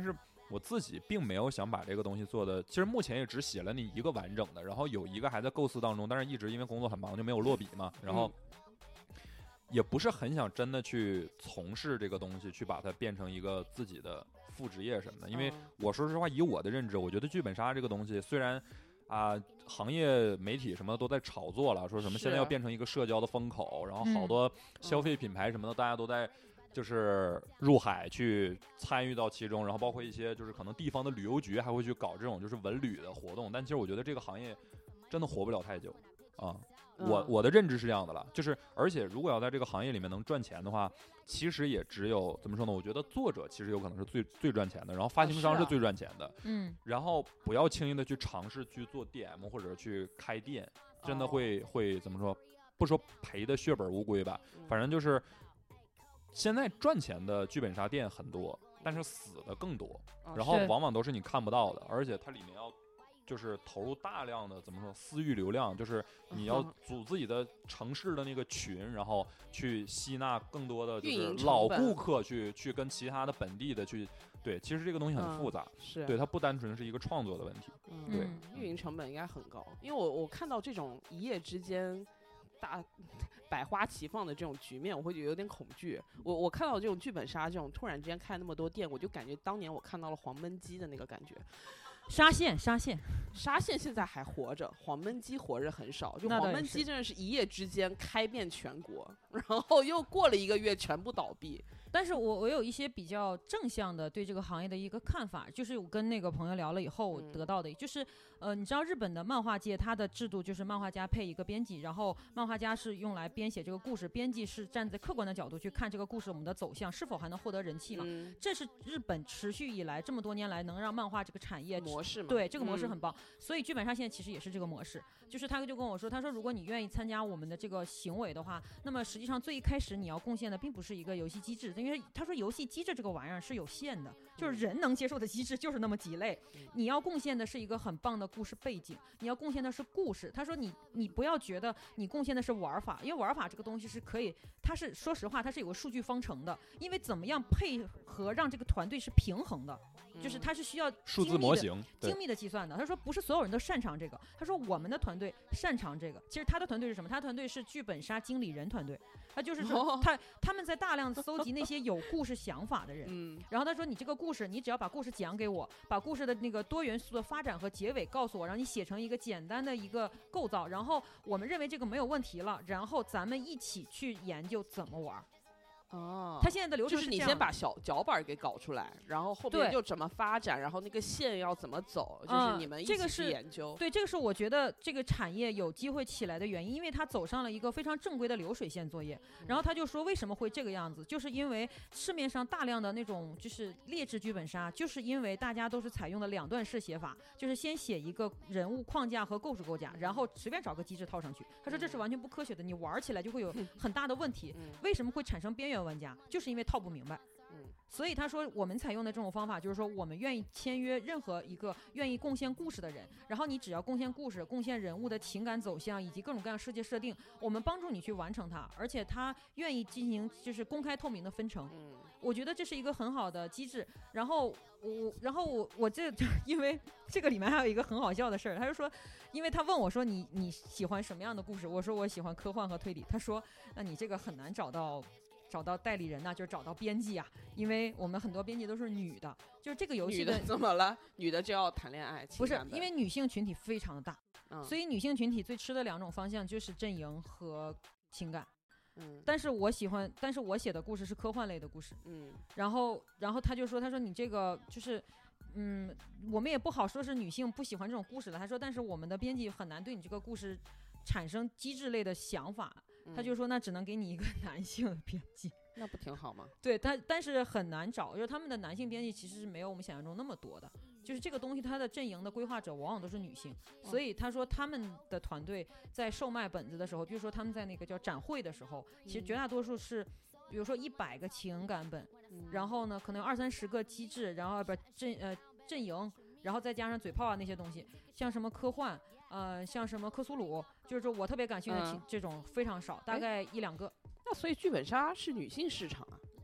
S4: 我自己并没有想把这个东西做的，其实目前也只写了你一个完整的，然后有一个还在构思当中，但是一直因为工作很忙就没有落笔嘛，然后也不是很想真的去从事这个东西，去把它变成一个自己的副职业什么的，因为我说实话，以我的认知，我觉得剧本杀这个东西虽然啊、呃，行业媒体什么的都在炒作了，说什么现在要变成一个社交的风口，然后好多消费品牌什么的，大家都在就是入海去参与到其中，然后包括一些就是可能地方的旅游局还会去搞这种就是文旅的活动，但其实我觉得这个行业真的活不了太久啊。我我的认知是这样的了，就是而且如果要在这个行业里面能赚钱的话，其实也只有怎么说呢？我觉得作者其实有可能是最最赚钱的，然后发行商是最赚钱的，
S3: 嗯、啊，
S4: 然后不要轻易的去尝试去做 D M 或者去开店，真的会、哦、会怎么说？不说赔的血本无归吧，反正就是现在赚钱的剧本杀店很多，但是死的更多，
S2: 哦、
S4: 然后往往都是你看不到的，而且它里面要。就是投入大量的怎么说私域流量，就是你要组自己的城市的那个群，然后去吸纳更多的就是老顾客去去跟其他的本地的去对，其实这个东西很复杂，
S2: 嗯、是
S4: 对它不单纯是一个创作的问题，
S2: 嗯、
S4: 对，
S2: 运营成本应该很高，因为我我看到这种一夜之间大百花齐放的这种局面，我会觉得有点恐惧。我我看到这种剧本杀这种突然之间开那么多店，我就感觉当年我看到了黄焖鸡的那个感觉。
S3: 沙县，沙县，
S2: 沙县现在还活着，黄焖鸡活着很少。就黄焖鸡真的是一夜之间开遍全国，然后又过了一个月全部倒闭。
S3: 但是我我有一些比较正向的对这个行业的一个看法，就是我跟那个朋友聊了以后我得到的，嗯、就是呃，你知道日本的漫画界它的制度就是漫画家配一个编辑，然后漫画家是用来编写这个故事，编辑是站在客观的角度去看这个故事我们的走向是否还能获得人气嘛。
S2: 嗯、
S3: 这是日本持续以来这么多年来能让漫画这个产业
S2: 模式嘛，
S3: 对这个模式很棒，嗯、所以剧本杀现在其实也是这个模式。就是他就跟我说，他说如果你愿意参加我们的这个行为的话，那么实际上最一开始你要贡献的并不是一个游戏机制，因为他说游戏机制这个玩意儿是有限的，就是人能接受的机制就是那么几类，你要贡献的是一个很棒的故事背景，你要贡献的是故事。他说你你不要觉得你贡献的是玩法，因为玩法这个东西是可以，它是说实话它是有个数据方程的，因为怎么样配合让这个团队是平衡的，就是它是需要
S4: 数字模型
S3: 精密的计算的。他说不是所有人都擅长这个，他说我们的团队擅长这个。其实他的团队是什么？他的团队是剧本杀经理人团队，他就是说他他们在大量搜集那些有故事想法的人，
S2: 嗯，
S3: 然后他说你这个故事，你只要把故事讲给我，把故事的那个多元素的发展和结尾告诉我，让你写成一个简单的一个构造，然后我们认为这个没有问题了，然后咱们一起去研究怎么玩。
S2: 哦，
S3: 他现在的流程
S2: 就是你先把小脚本给搞出来，然后后面就怎么发展，然后那个线要怎么走，就是你们一起去研究。
S3: 嗯、这个对，这个是我觉得这个产业有机会起来的原因，因为它走上了一个非常正规的流水线作业。然后他就说为什么会这个样子，就是因为市面上大量的那种就是劣质剧本杀，就是因为大家都是采用的两段式写法，就是先写一个人物框架和构筑构架，然后随便找个机制套上去。他说这是完全不科学的，你玩起来就会有很大的问题。为什么会产生边缘玩家？就是因为套不明白。
S2: 嗯，
S3: 所以他说我们采用的这种方法就是说我们愿意签约任何一个愿意贡献故事的人，然后你只要贡献故事，贡献人物的情感走向以及各种各样世界设定，我们帮助你去完成它，而且他愿意进行就是公开透明的分成。
S2: 嗯，
S3: 我觉得这是一个很好的机制。然后我然后我我这因为这个里面还有一个很好笑的事儿，他就说因为他问我说你你喜欢什么样的故事，我说我喜欢科幻和推理，他说那你这个很难找到找到代理人呐、啊，就是找到编辑啊，因为我们很多编辑都是女的，就是这个游戏
S2: 的女的怎么了？女的就要谈恋爱？
S3: 不是，因为女性群体非常的大，
S2: 嗯、
S3: 所以女性群体最吃的两种方向就是阵营和情感。
S2: 嗯，
S3: 但是我喜欢，但是我写的故事是科幻类的故事。
S2: 嗯，
S3: 然后，然后他就说，他说你这个就是。嗯，我们也不好说是女性不喜欢这种故事的。他说，但是我们的编辑很难对你这个故事产生机制类的想法。
S2: 嗯、
S3: 他就说，那只能给你一个男性的编辑。
S2: 那不挺好吗？
S3: 对，但但是很难找，就是他们的男性编辑其实是没有我们想象中那么多的。就是这个东西，它的阵营的规划者往往都是女性，所以他说他们的团队在售卖本子的时候，比如说他们在那个叫展会的时候，其实绝大多数是。比如说一百个情感本、嗯，然后呢，可能有二三十个机制，然后不阵呃阵营，然后再加上嘴炮啊那些东西，像什么科幻，呃，像什么克苏鲁，就是说我特别感兴趣的这种非常少，大概一两个。
S2: 那所以剧本杀是女性市场啊？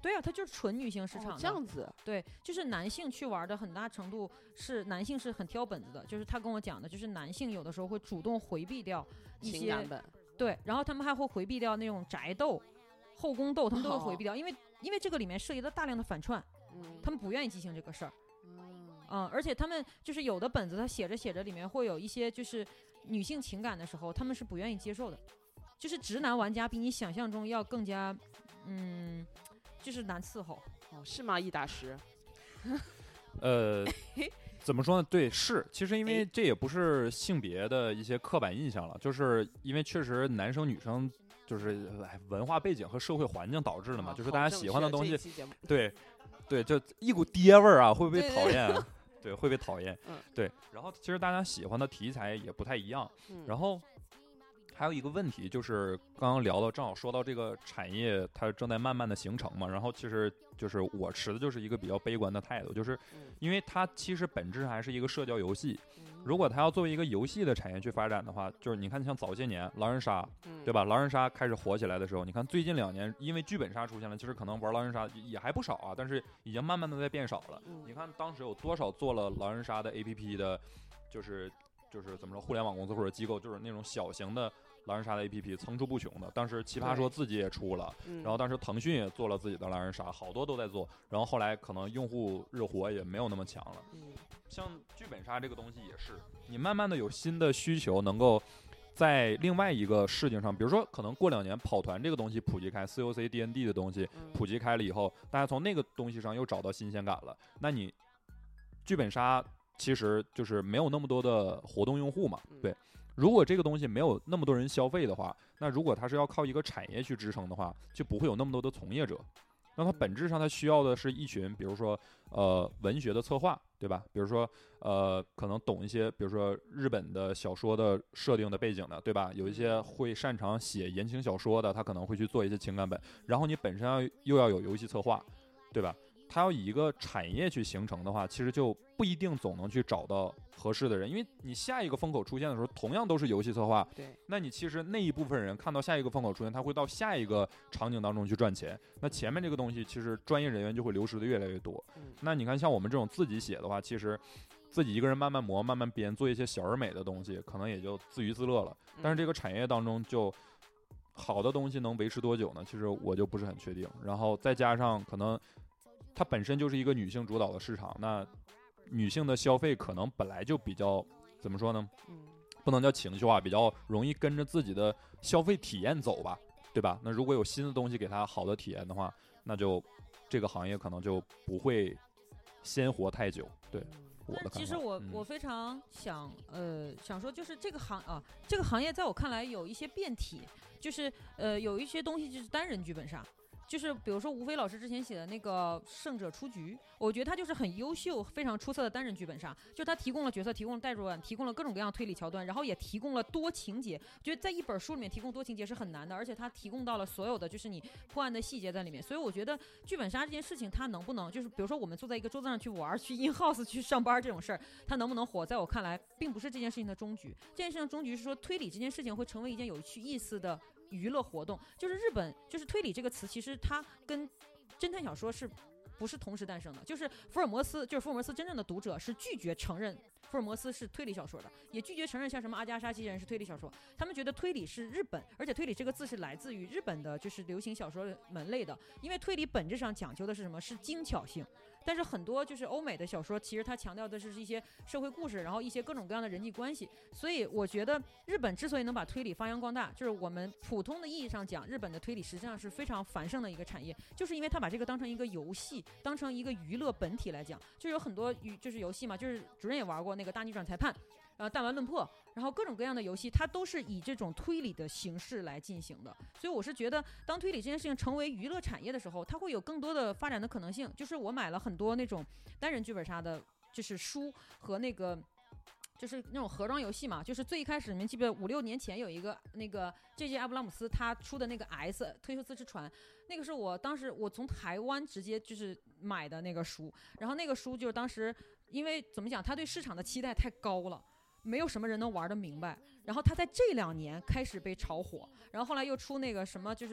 S3: 对啊，它就是纯女性市场的、
S2: 哦、这样子。
S3: 对，就是男性去玩的很大程度是男性是很挑本子的，就是他跟我讲的，就是男性有的时候会主动回避掉一些
S2: 情感本，
S3: 对，然后他们还会回避掉那种宅斗、后宫斗，他们都会回避掉，
S2: 哦、
S3: 因为因为这个里面涉及到大量的反串，
S2: 嗯，
S3: 他们不愿意进行这个事儿。
S2: 嗯,
S3: 嗯，而且他们就是有的本子，他写着写着里面会有一些就是女性情感的时候，他们是不愿意接受的。就是直男玩家比你想象中要更加，嗯，就是难伺候。
S2: 哦，是吗？易大师？
S4: 呃，怎么说呢？对，是，其实因为这也不是性别的一些刻板印象了，就是因为确实男生女生就是文化背景和社会环境导致的嘛，
S2: 哦、
S4: 就是大家喜欢的东西，
S2: 对，
S4: 对，就一股爹味儿啊，会不会讨厌、啊？对，会被讨厌。
S2: 嗯，
S4: 对。然后其实大家喜欢的题材也不太一样。
S2: 嗯、
S4: 然后还有一个问题就是刚刚聊到，正好说到这个产业它正在慢慢的形成嘛。然后其实就是我持的就是一个比较悲观的态度，就是因为它其实本质还是一个社交游戏。如果它要作为一个游戏的产业去发展的话，就是你看像早些年狼人杀，对吧？狼人杀开始火起来的时候，你看最近两年因为剧本杀出现了，其实可能玩狼人杀也还不少啊，但是已经慢慢的在变少了。你看当时有多少做了狼人杀的 A P P 的，就是就是怎么说，互联网公司或者机构，就是那种小型的狼人杀的 A P P 层出不穷的。当时奇葩说自己也出了，然后当时腾讯也做了自己的狼人杀，好多都在做。然后后来可能用户日活也没有那么强了。像剧本杀这个东西也是，你慢慢的有新的需求，能够在另外一个事情上，比如说可能过两年跑团这个东西普及开 ，C O C、D N D 的东西普及开了以后，大家从那个东西上又找到新鲜感了。那你剧本杀其实就是没有那么多的活动用户嘛，对。如果这个东西没有那么多人消费的话，那如果它是要靠一个产业去支撑的话，就不会有那么多的从业者。那它本质上它需要的是一群，比如说呃文学的策划，对吧？比如说呃可能懂一些，比如说日本的小说的设定的背景的，对吧？有一些会擅长写言情小说的，他可能会去做一些情感本。然后你本身要又要有游戏策划，对吧？它要以一个产业去形成的话，其实就不一定总能去找到合适的人，因为你下一个风口出现的时候，同样都是游戏策划，
S2: 对，
S4: 那你其实那一部分人看到下一个风口出现，他会到下一个场景当中去赚钱，那前面这个东西其实专业人员就会流失的越来越多。
S2: 嗯、
S4: 那你看像我们这种自己写的话，其实自己一个人慢慢磨、慢慢编，做一些小而美的东西，可能也就自娱自乐了。但是这个产业当中就好的东西能维持多久呢？其实我就不是很确定。然后再加上可能它本身就是一个女性主导的市场，那女性的消费可能本来就比较怎么说呢？不能叫情绪化，比较容易跟着自己的消费体验走吧，对吧？那如果有新的东西给她好的体验的话，那就这个行业可能就不会鲜活太久。对，我的看法。
S3: 其实我、
S4: 嗯、
S3: 我非常想呃想说，就是这个行啊，这个行业在我看来有一些变体，就是呃有一些东西就是单人剧本杀。就是比如说吴飞老师之前写的那个胜者出局，我觉得他就是很优秀非常出色的单人剧本杀，就他提供了角色，提供了代入感，提供了各种各样的推理桥段，然后也提供了多情节。我觉得在一本书里面提供多情节是很难的，而且他提供到了所有的就是你破案的细节在里面。所以我觉得剧本杀这件事情它能不能就是比如说我们坐在一个桌子上去玩，去 in house 去上班这种事儿，它能不能火，在我看来并不是这件事情的终局。这件事情的终局是说推理这件事情会成为一件有趣意思的娱乐活动。就是日本就是推理这个词，其实它跟侦探小说是不是同时诞生的？就是福尔摩斯，就是福尔摩斯真正的读者是拒绝承认福尔摩斯是推理小说的，也拒绝承认像什么阿加莎机器人是推理小说。他们觉得推理是日本，而且推理这个字是来自于日本的就是流行小说门类的，因为推理本质上讲究的是什么？是精巧性。但是很多就是欧美的小说，其实它强调的是一些社会故事，然后一些各种各样的人际关系。所以我觉得日本之所以能把推理发扬光大，就是我们普通的意义上讲，日本的推理实际上是非常繁盛的一个产业，就是因为它把这个当成一个游戏，当成一个娱乐本体来讲。就有很多就是游戏嘛，就是主任也玩过那个大逆转裁判，呃，弹丸论破，然后各种各样的游戏，它都是以这种推理的形式来进行的。所以我是觉得，当推理这件事情成为娱乐产业的时候，它会有更多的发展的可能性。就是我买了很多那种单人剧本杀的，就是书和那个。就是那种盒装游戏嘛，就是最一开始你们记不记得五六年前有一个那个 J J 阿布拉姆斯他出的那个 S 推修斯之船，那个是我当时我从台湾直接就是买的那个书，然后那个书就是当时因为怎么讲，他对市场的期待太高了，没有什么人能玩得明白，然后他在这两年开始被炒火，然后后来又出那个什么就是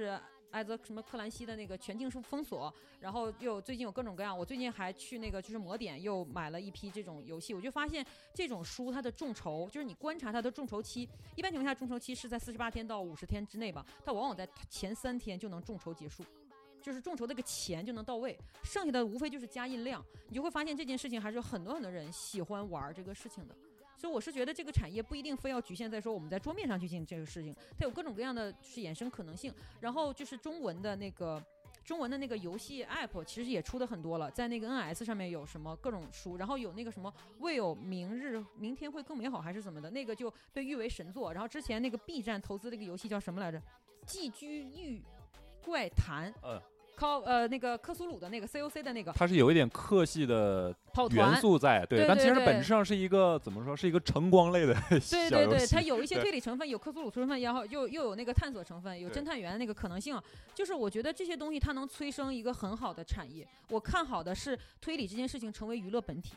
S3: 艾泽什么克兰西的那个全境封锁，然后又最近有各种各样，我最近还去那个就是魔点又买了一批这种游戏，我就发现这种书它的众筹，就是你观察它的众筹期，一般情况下众筹期是在四十八天到五十天之内吧，它往往在前三天就能众筹结束。就是众筹这个钱就能到位，剩下的无非就是加印量，你就会发现这件事情还是有很多很多人喜欢玩这个事情的。所以我是觉得这个产业不一定非要局限在说我们在桌面上去进行这个事情，它有各种各样的就是衍生可能性。然后就是中文的那个中文的那个游戏 app 其实也出的很多了，在那个 N S 上面有什么各种书，然后有那个什么为有明日明天会更美好还是怎么的，那个就被誉为神作。然后之前那个 B 站投资那个游戏叫什么来着？寄居玉怪谈，
S4: 嗯，
S3: 靠呃那个克苏鲁的那个 C O C 的那个，
S4: 它是有一点克系的元素在，对，
S3: 对对对，
S4: 但其实本质上是一个怎么说，是一个晨光类的小游戏。
S3: 对对对，它有一些推理成分，有克苏鲁成分，然后又又有那个探索成分，有侦探员那个可能性。就是我觉得这些东西它能催生一个很好的产业。我看好的是推理这件事情成为娱乐本体。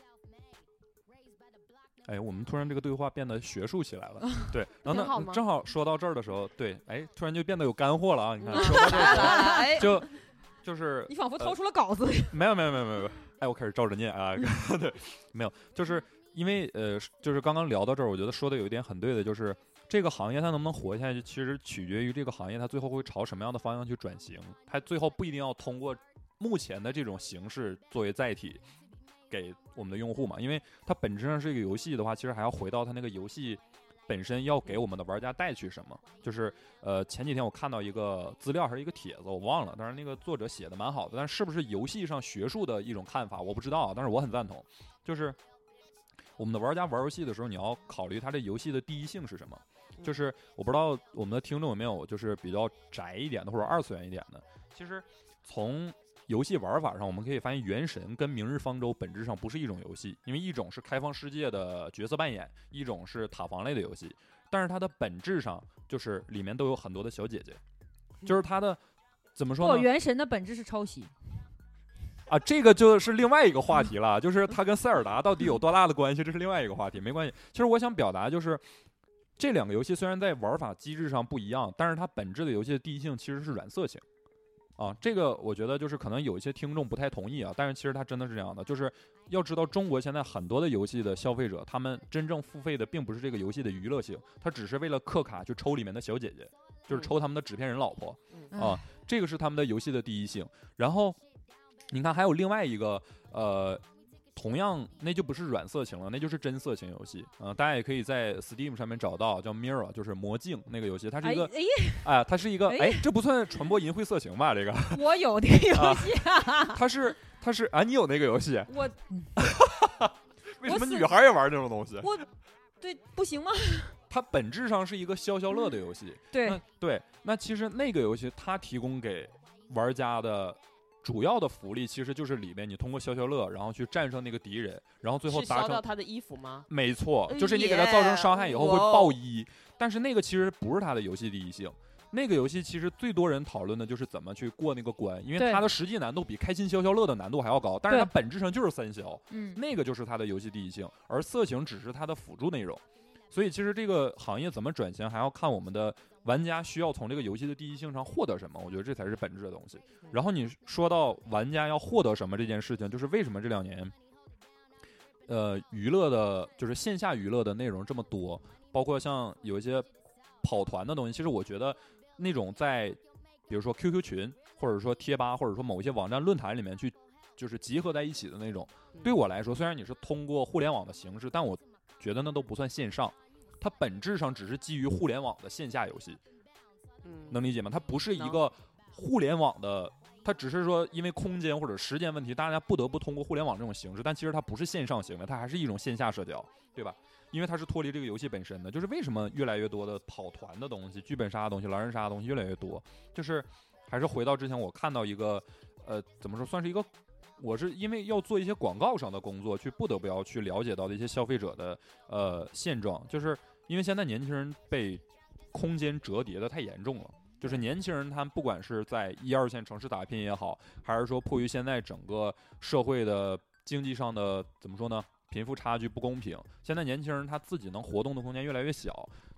S4: 哎，我们突然这个对话变得学术起来了，对，然后呢，正好说到这儿的时候，对，哎，突然就变得有干货了啊！你看，说到这儿就就是
S3: 你仿佛掏出了稿子，
S4: 呃、没有没有没有没有，哎，我开始照着念啊，对，没有，就是因为呃，就是刚刚聊到这儿，我觉得说的有一点很对的，就是这个行业它能不能活下去，其实取决于这个行业它最后会朝什么样的方向去转型，它最后不一定要通过目前的这种形式作为载体。给我们的用户嘛，因为它本质上是一个游戏的话，其实还要回到它那个游戏本身要给我们的玩家带去什么。就是呃前几天我看到一个资料还是一个帖子，我忘了，当然那个作者写的蛮好的，但是是不是游戏上学术的一种看法我不知道，但是我很赞同。就是我们的玩家玩游戏的时候，你要考虑它这游戏的第一性是什么。就是我不知道我们的听众有没有就是比较宅一点的或者二次元一点的，其实从游戏玩法上，我们可以发现《原神》跟《明日方舟》本质上不是一种游戏，因为一种是开放世界的角色扮演，一种是塔防类的游戏。但是它的本质上就是里面都有很多的小姐姐，就是它的怎么说呢？
S3: 《原神》的本质是抄袭
S4: 啊，这个就是另外一个话题了，就是它跟塞尔达到底有多大的关系，这是另外一个话题，没关系。其实我想表达就是，这两个游戏虽然在玩法机制上不一样，但是它本质的游戏的第一性其实是软色情。啊，这个我觉得就是可能有一些听众不太同意啊，但是其实它真的是这样的，就是要知道中国现在很多的游戏的消费者，他们真正付费的并不是这个游戏的娱乐性，他只是为了氪卡去抽里面的小姐姐，就是抽他们的纸片人老婆、嗯、啊，这个是他们的游戏的第一性。然后你看还有另外一个呃。同样，那就不是软色情了，那就是真色情游戏。嗯、呃，大家也可以在 Steam 上面找到叫 Mirror， 就是魔镜那个游戏，它是一个，哎，哎它是一个，哎，这不算传播淫秽色情吧？这个
S3: 我有那个游戏
S4: 啊，它是，它是啊，你有那个游戏？
S3: 我
S4: 为什么女孩也玩这种东西？
S3: 我，对，不行吗？
S4: 它本质上是一个消消乐的游戏。
S3: 嗯、对
S4: 那对，那其实那个游戏它提供给玩家的。主要的福利其实就是里面你通过消消乐，然后去战胜那个敌人，然后最后达成。
S2: 是消掉他的衣服吗？
S4: 没错，就是你给他造成伤害以后会爆衣，但是那个其实不是他的游戏第一性。那个游戏其实最多人讨论的就是怎么去过那个关，因为它的实际难度比开心消消乐的难度还要高，但是它本质上就是三消，
S3: 嗯，
S4: 那个就是它的游戏第一性，而色情只是它的辅助内容。所以其实这个行业怎么转型，还要看我们的玩家需要从这个游戏的第一性上获得什么，我觉得这才是本质的东西。然后你说到玩家要获得什么这件事情，就是为什么这两年，呃，娱乐的，就是线下娱乐的内容这么多，包括像有一些跑团的东西，其实我觉得那种在比如说 Q Q 群，或者说贴吧，或者说某一些网站论坛里面去，就是集合在一起的那种，对我来说，虽然你是通过互联网的形式，但我觉得那都不算线上。它本质上只是基于互联网的线下游戏，
S2: 嗯，
S4: 能理解吗？它不是一个互联网的，它只是说因为空间或者时间问题，大家不得不通过互联网这种形式，但其实它不是线上行为，它还是一种线下社交，对吧？因为它是脱离这个游戏本身的。就是为什么越来越多的跑团的东西、剧本杀的东西、狼人杀的东西越来越多，就是还是回到之前我看到一个，呃，怎么说，算是一个。我是因为要做一些广告上的工作，去不得不要去了解到的一些消费者的呃现状，就是因为现在年轻人被空间折叠的太严重了，就是年轻人他们不管是在一二线城市打拼也好，还是说迫于现在整个社会的经济上的怎么说呢，贫富差距不公平，现在年轻人他自己能活动的空间越来越小，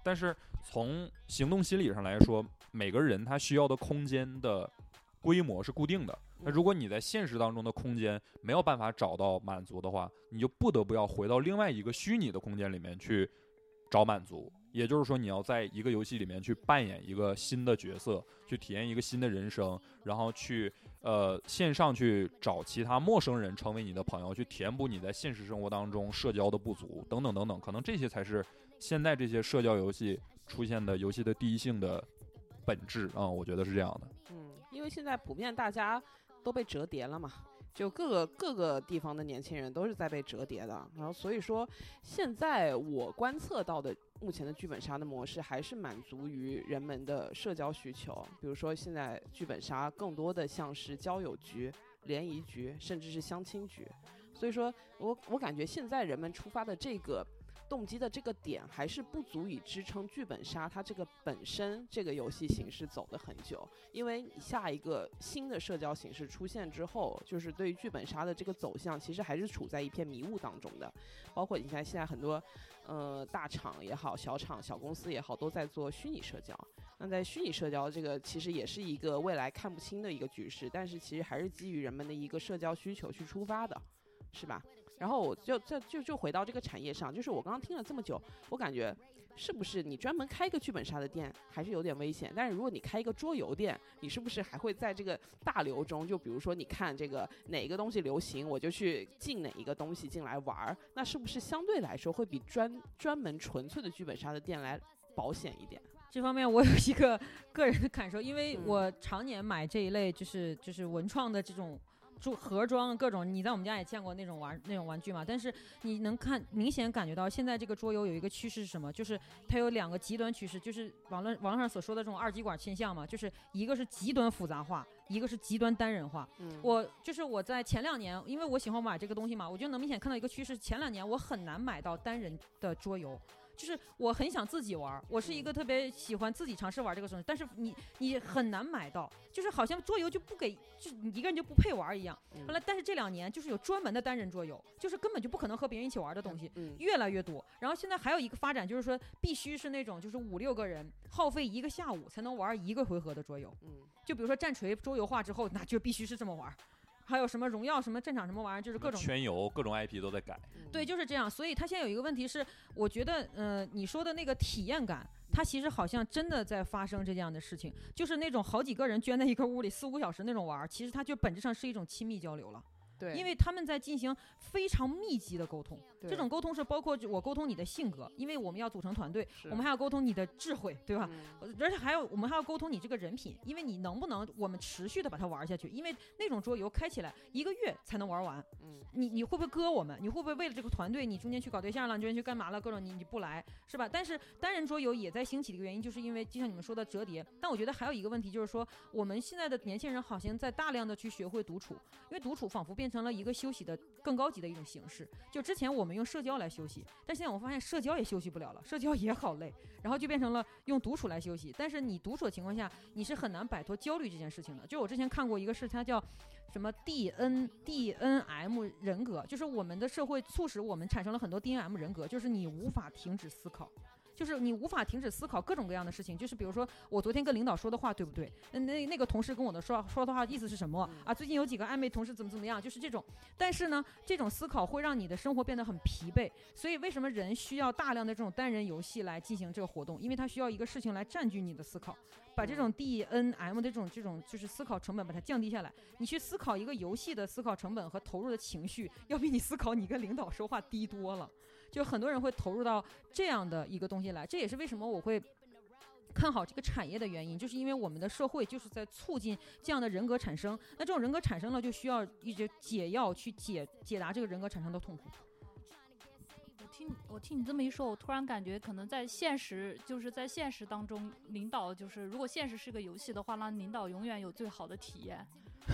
S4: 但是从行动心理上来说，每个人他需要的空间的规模是固定的。那如果你在现实当中的空间没有办法找到满足的话，你就不得不要回到另外一个虚拟的空间里面去找满足。也就是说，你要在一个游戏里面去扮演一个新的角色，去体验一个新的人生，然后去呃线上去找其他陌生人成为你的朋友，去填补你在现实生活当中社交的不足，等等等等。可能这些才是现在这些社交游戏出现的游戏的第一性的本质啊、嗯，我觉得是这样的。
S2: 嗯，因为现在普遍大家都被折叠了嘛。就各个各个地方的年轻人都是在被折叠的，然后所以说现在我观测到的目前的剧本杀的模式还是满足于人们的社交需求。比如说现在剧本杀更多的像是交友局、联谊局，甚至是相亲局。所以说我我感觉现在人们出发的这个动机的这个点还是不足以支撑剧本杀它这个本身这个游戏形式走得很久。因为你下一个新的社交形式出现之后，就是对于剧本杀的这个走向其实还是处在一片迷雾当中的。包括你看现在很多呃大厂也好，小厂小公司也好，都在做虚拟社交。那在虚拟社交这个其实也是一个未来看不清的一个局势，但是其实还是基于人们的一个社交需求去出发的，是吧？然后我就就就就回到这个产业上，就是我刚刚听了这么久，我感觉是不是你专门开一个剧本杀的店还是有点危险？但是如果你开一个桌游店，你是不是还会在这个大流中，就比如说你看这个哪一个东西流行，我就去进哪一个东西进来玩，那是不是相对来说会比专专门纯粹的剧本杀的店来保险一点？
S3: 这方面我有一个个人的感受，因为我常年买这一类就是就是文创的这种盒装各种，你在我们家也见过那种玩那种玩具嘛？但是你能看明显感觉到现在这个桌游有一个趋势是什么？就是它有两个极端趋势，就是网络网络上所说的这种二极管现象嘛，就是一个是极端复杂化，一个是极端单人化。嗯，我就是我在前两年，因为我喜欢买这个东西嘛，我就能明显看到一个趋势，前两年我很难买到单人的桌游。就是我很想自己玩，我是一个特别喜欢自己尝试玩这个东西，但是你你很难买到，就是好像桌游就不给，就你一个人就不配玩一样。后来，但是这两年就是有专门的单人桌游，就是根本就不可能和别人一起玩的东西，越来越多。然后现在还有一个发展，就是说必须是那种就是五六个人耗费一个下午才能玩一个回合的桌游。就比如说战锤桌游化之后，那就必须是这么玩。还有什么荣耀什么战场什么玩意儿，就是各种
S4: 圈游各种 I P 都在改。
S3: 对，就是这样。所以它现在有一个问题是，我觉得呃你说的那个体验感，它其实好像真的在发生这样的事情，就是那种好几个人圈在一个屋里四五个小时那种玩，其实它就本质上是一种亲密交流了。
S2: 对，
S3: 因为他们在进行非常密集的沟通，这种沟通是包括我沟通你的性格，因为我们要组成团队，我们还要沟通你的智慧，对吧？嗯、而且还有我们还要沟通你这个人品，因为你能不能我们持续的把它玩下去？因为那种桌游开起来一个月才能玩完，嗯，你你会不会割我们？你会不会为了这个团队，你中间去搞对象了，你中间去干嘛了？各种你你不来是吧？但是单人桌游也在兴起的一个原因，就是因为就像你们说的折叠。但我觉得还有一个问题就是说，我们现在的年轻人好像在大量的去学会独处，因为独处仿佛变成了一个休息的更高级的一种形式。就之前我们用社交来休息，但现在我发现社交也休息不了了，社交也好累，然后就变成了用独处来休息。但是你独处的情况下，你是很难摆脱焦虑这件事情的。就我之前看过一个事，它叫什么 D N D N M 人格，就是我们的社会促使我们产生了很多 D N M 人格，就是你无法停止思考。就是你无法停止思考各种各样的事情，就是比如说我昨天跟领导说的话对不对？那那个同事跟我的说说的话意思是什么啊？最近有几个暧昧同事怎么怎么样？就是这种。但是呢，这种思考会让你的生活变得很疲惫。所以为什么人需要大量的这种单人游戏来进行这个活动？因为它需要一个事情来占据你的思考，把这种 D N M 的这种这种就是思考成本把它降低下来。你去思考一个游戏的思考成本和投入的情绪，要比你思考你跟领导说话低多了。就很多人会投入到这样的一个东西来，这也是为什么我会看好这个产业的原因，就是因为我们的社会就是在促进这样的人格产生。那这种人格产生了，就需要一些解药去解解答这个人格产生的痛苦。
S1: 我听我听你这么一说，我突然感觉可能在现实，就是在现实当中，领导就是如果现实是个游戏的话，那领导永远有最好的体验。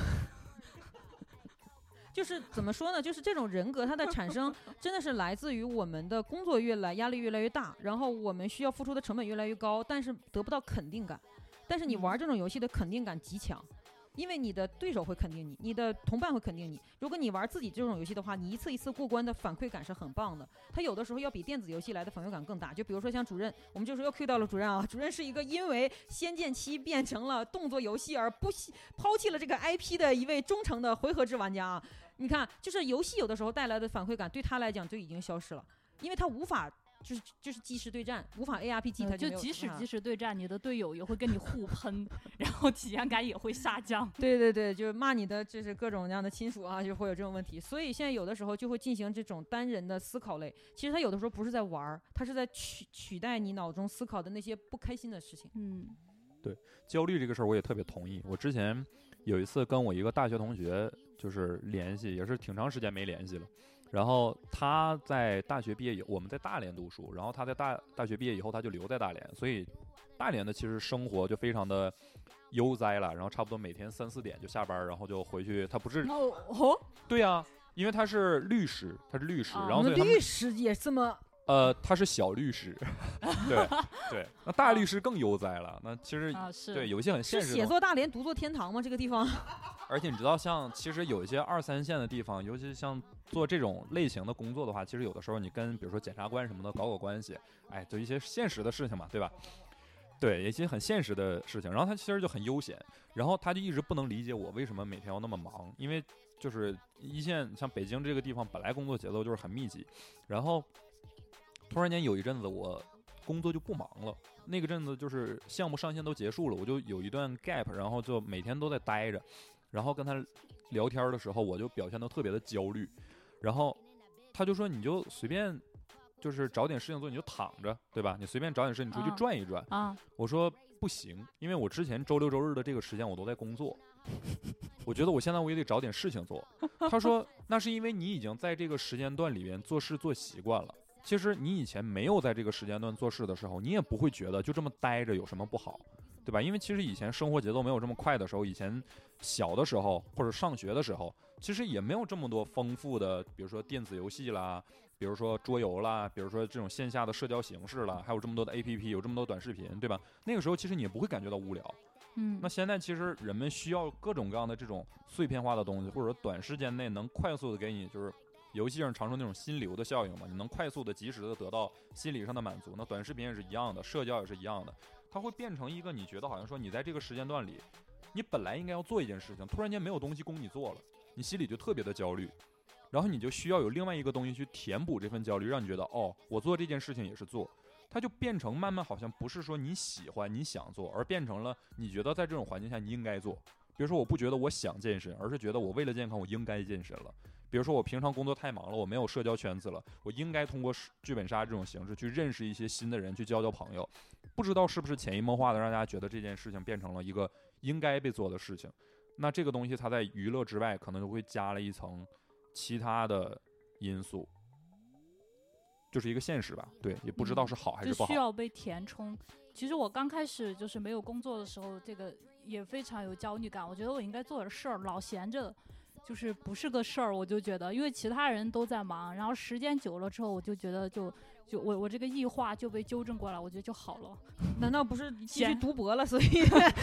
S3: 就是怎么说呢？就是这种人格它的产生真的是来自于我们的工作越来压力越来越大，然后我们需要付出的成本越来越高，但是得不到肯定感。但是你玩这种游戏的肯定感极强， 因为你的对手会肯定你，你的同伴会肯定你。如果你玩自己这种游戏的话，你一次一次过关的反馈感是很棒的。它有的时候要比电子游戏来的反馈感更大。就比如说像主任，我们就是又 Q 到了主任啊，主任是一个因为《仙剑七》变成了动作游戏而不抛弃了这个 I P 的一位忠诚的回合制玩家啊。你看，就是游戏有的时候带来的反馈感对他来讲就已经消失了，因为他无法。就是就是即时对战，无法 A R P G， 它
S1: 就即使即时对战，你的队友也会跟你互喷，然后体验感也会下降。
S3: 对对对，就是骂你的，就是各种各样的亲属啊，就会有这种问题。所以现在有的时候就会进行这种单人的思考类。其实他有的时候不是在玩，他是在取取代你脑中思考的那些不开心的事情。
S1: 嗯，
S4: 对，焦虑这个事儿我也特别同意。我之前有一次跟我一个大学同学就是联系，也是挺长时间没联系了。然后他在大学毕业以后，我们在大连读书，然后他在大大学毕业以后，他就留在大连，所以大连的其实生活就非常的悠哉了。然后差不多每天三四点就下班，然后就回去。他不是
S1: 哦，
S4: 对呀、啊，因为他是律师，他是律师，
S1: 啊、
S4: 然后所以他
S3: 律师也这么。
S4: 呃，他是小律师，对对，那大律师更悠哉了。那其实、
S1: 啊、是
S4: 对有一些很现实的，
S3: 是写作大连，读作天堂吗？这个地方。
S4: 而且你知道，像其实有一些二三线的地方，尤其像做这种类型的工作的话，其实有的时候你跟比如说检察官什么的搞搞关系，哎，就一些现实的事情嘛，对吧？对，一些很现实的事情。然后他其实就很悠闲，然后他就一直不能理解我为什么每天要那么忙，因为就是一线像北京这个地方本来工作节奏就是很密集，然后突然间有一阵子我工作就不忙了，那个阵子就是项目上线都结束了，我就有一段 gap， 然后就每天都在待着。然后跟他聊天的时候，我就表现得特别的焦虑，然后他就说你就随便就是找点事情做，你就躺着，对吧？你随便找点事情，你出去转一转。
S1: 啊，
S4: 我说不行，因为我之前周六周日的这个时间我都在工作，我觉得我现在我也得找点事情做。他说那是因为你已经在这个时间段里面做事做习惯了。其实你以前没有在这个时间段做事的时候，你也不会觉得就这么待着有什么不好，对吧？因为其实以前生活节奏没有这么快的时候，以前小的时候或者上学的时候，其实也没有这么多丰富的，比如说电子游戏啦，比如说桌游啦，比如说这种线下的社交形式啦，还有这么多的 A P P， 有这么多短视频，对吧？那个时候其实你也不会感觉到无聊。
S1: 嗯，
S4: 那现在其实人们需要各种各样的这种碎片化的东西，或者说短时间内能快速的给你，就是游戏上常说那种心流的效应嘛，你能快速的及时的得到心理上的满足。那短视频也是一样的，社交也是一样的，它会变成一个你觉得好像说你在这个时间段里，你本来应该要做一件事情，突然间没有东西供你做了，你心里就特别的焦虑，然后你就需要有另外一个东西去填补这份焦虑，让你觉得哦，我做这件事情也是做。它就变成慢慢好像不是说你喜欢你想做，而变成了你觉得在这种环境下你应该做。比如说我不觉得我想健身，而是觉得我为了健康我应该健身了。比如说我平常工作太忙了，我没有社交圈子了，我应该通过剧本杀这种形式去认识一些新的人，去交交朋友。不知道是不是潜移默化的让大家觉得这件事情变成了一个应该被做的事情。那这个东西它在娱乐之外可能就会加了一层其他的因素，就是一个现实吧。对，也不知道是好还是不好，
S1: 就需要被填充。其实我刚开始就是没有工作的时候，这个也非常有焦虑感，我觉得我应该做点事儿，老闲着就是不是个事儿。我就觉得因为其他人都在忙，然后时间久了之后，我就觉得就就我我这个异化就被纠正过来，我觉得就好了。
S3: 难道不是继续读博了？所以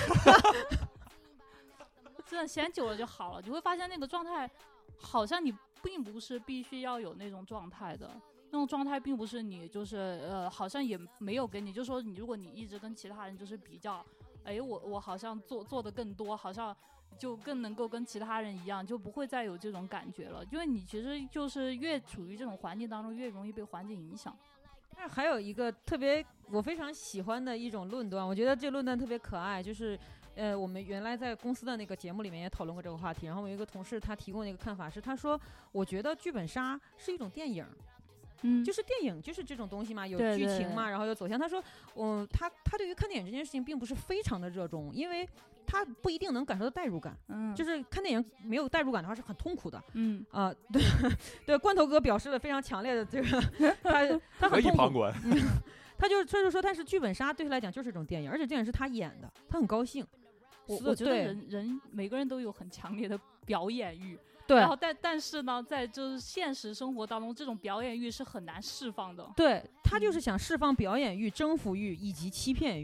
S1: 真的闲久了就好了，你会发现那个状态好像你并不是必须要有那种状态的，那种状态并不是你就是呃，好像也没有给你，就是说你如果你一直跟其他人就是比较，哎，我我好像做做的更多，好像就更能够跟其他人一样，就不会再有这种感觉了，因为你其实就是越处于这种环境当中，越容易被环境影响。
S3: 但是还有一个特别我非常喜欢的一种论断，我觉得这论断特别可爱，就是呃，我们原来在公司的那个节目里面也讨论过这个话题，然后我有一个同事他提供的一个看法是，他说我觉得剧本杀是一种电影。
S1: 嗯，
S3: 就是电影就是这种东西嘛，有
S1: 对
S3: 剧情嘛，
S1: 对对，
S3: 然后有走向。他说，嗯、呃，他他对于看电影这件事情并不是非常的热衷，因为他不一定能感受到代入感。
S1: 嗯，
S3: 就是看电影没有代入感的话是很痛苦的。
S1: 嗯
S3: 啊、呃，对对，罐头哥表示了非常强烈的这个，他他很痛苦。
S4: 可以旁观。
S3: 他就他就说，但是剧本杀对他来讲就是一种电影，而且电影是他演的，他很高兴。
S1: 我我觉得人人每个人都有很强烈的表演欲。
S3: 对，
S1: 然后但但是呢，在就是现实生活当中，这种表演欲是很难释放的。
S3: 对，他就是想释放表演欲、征服欲以及欺骗欲。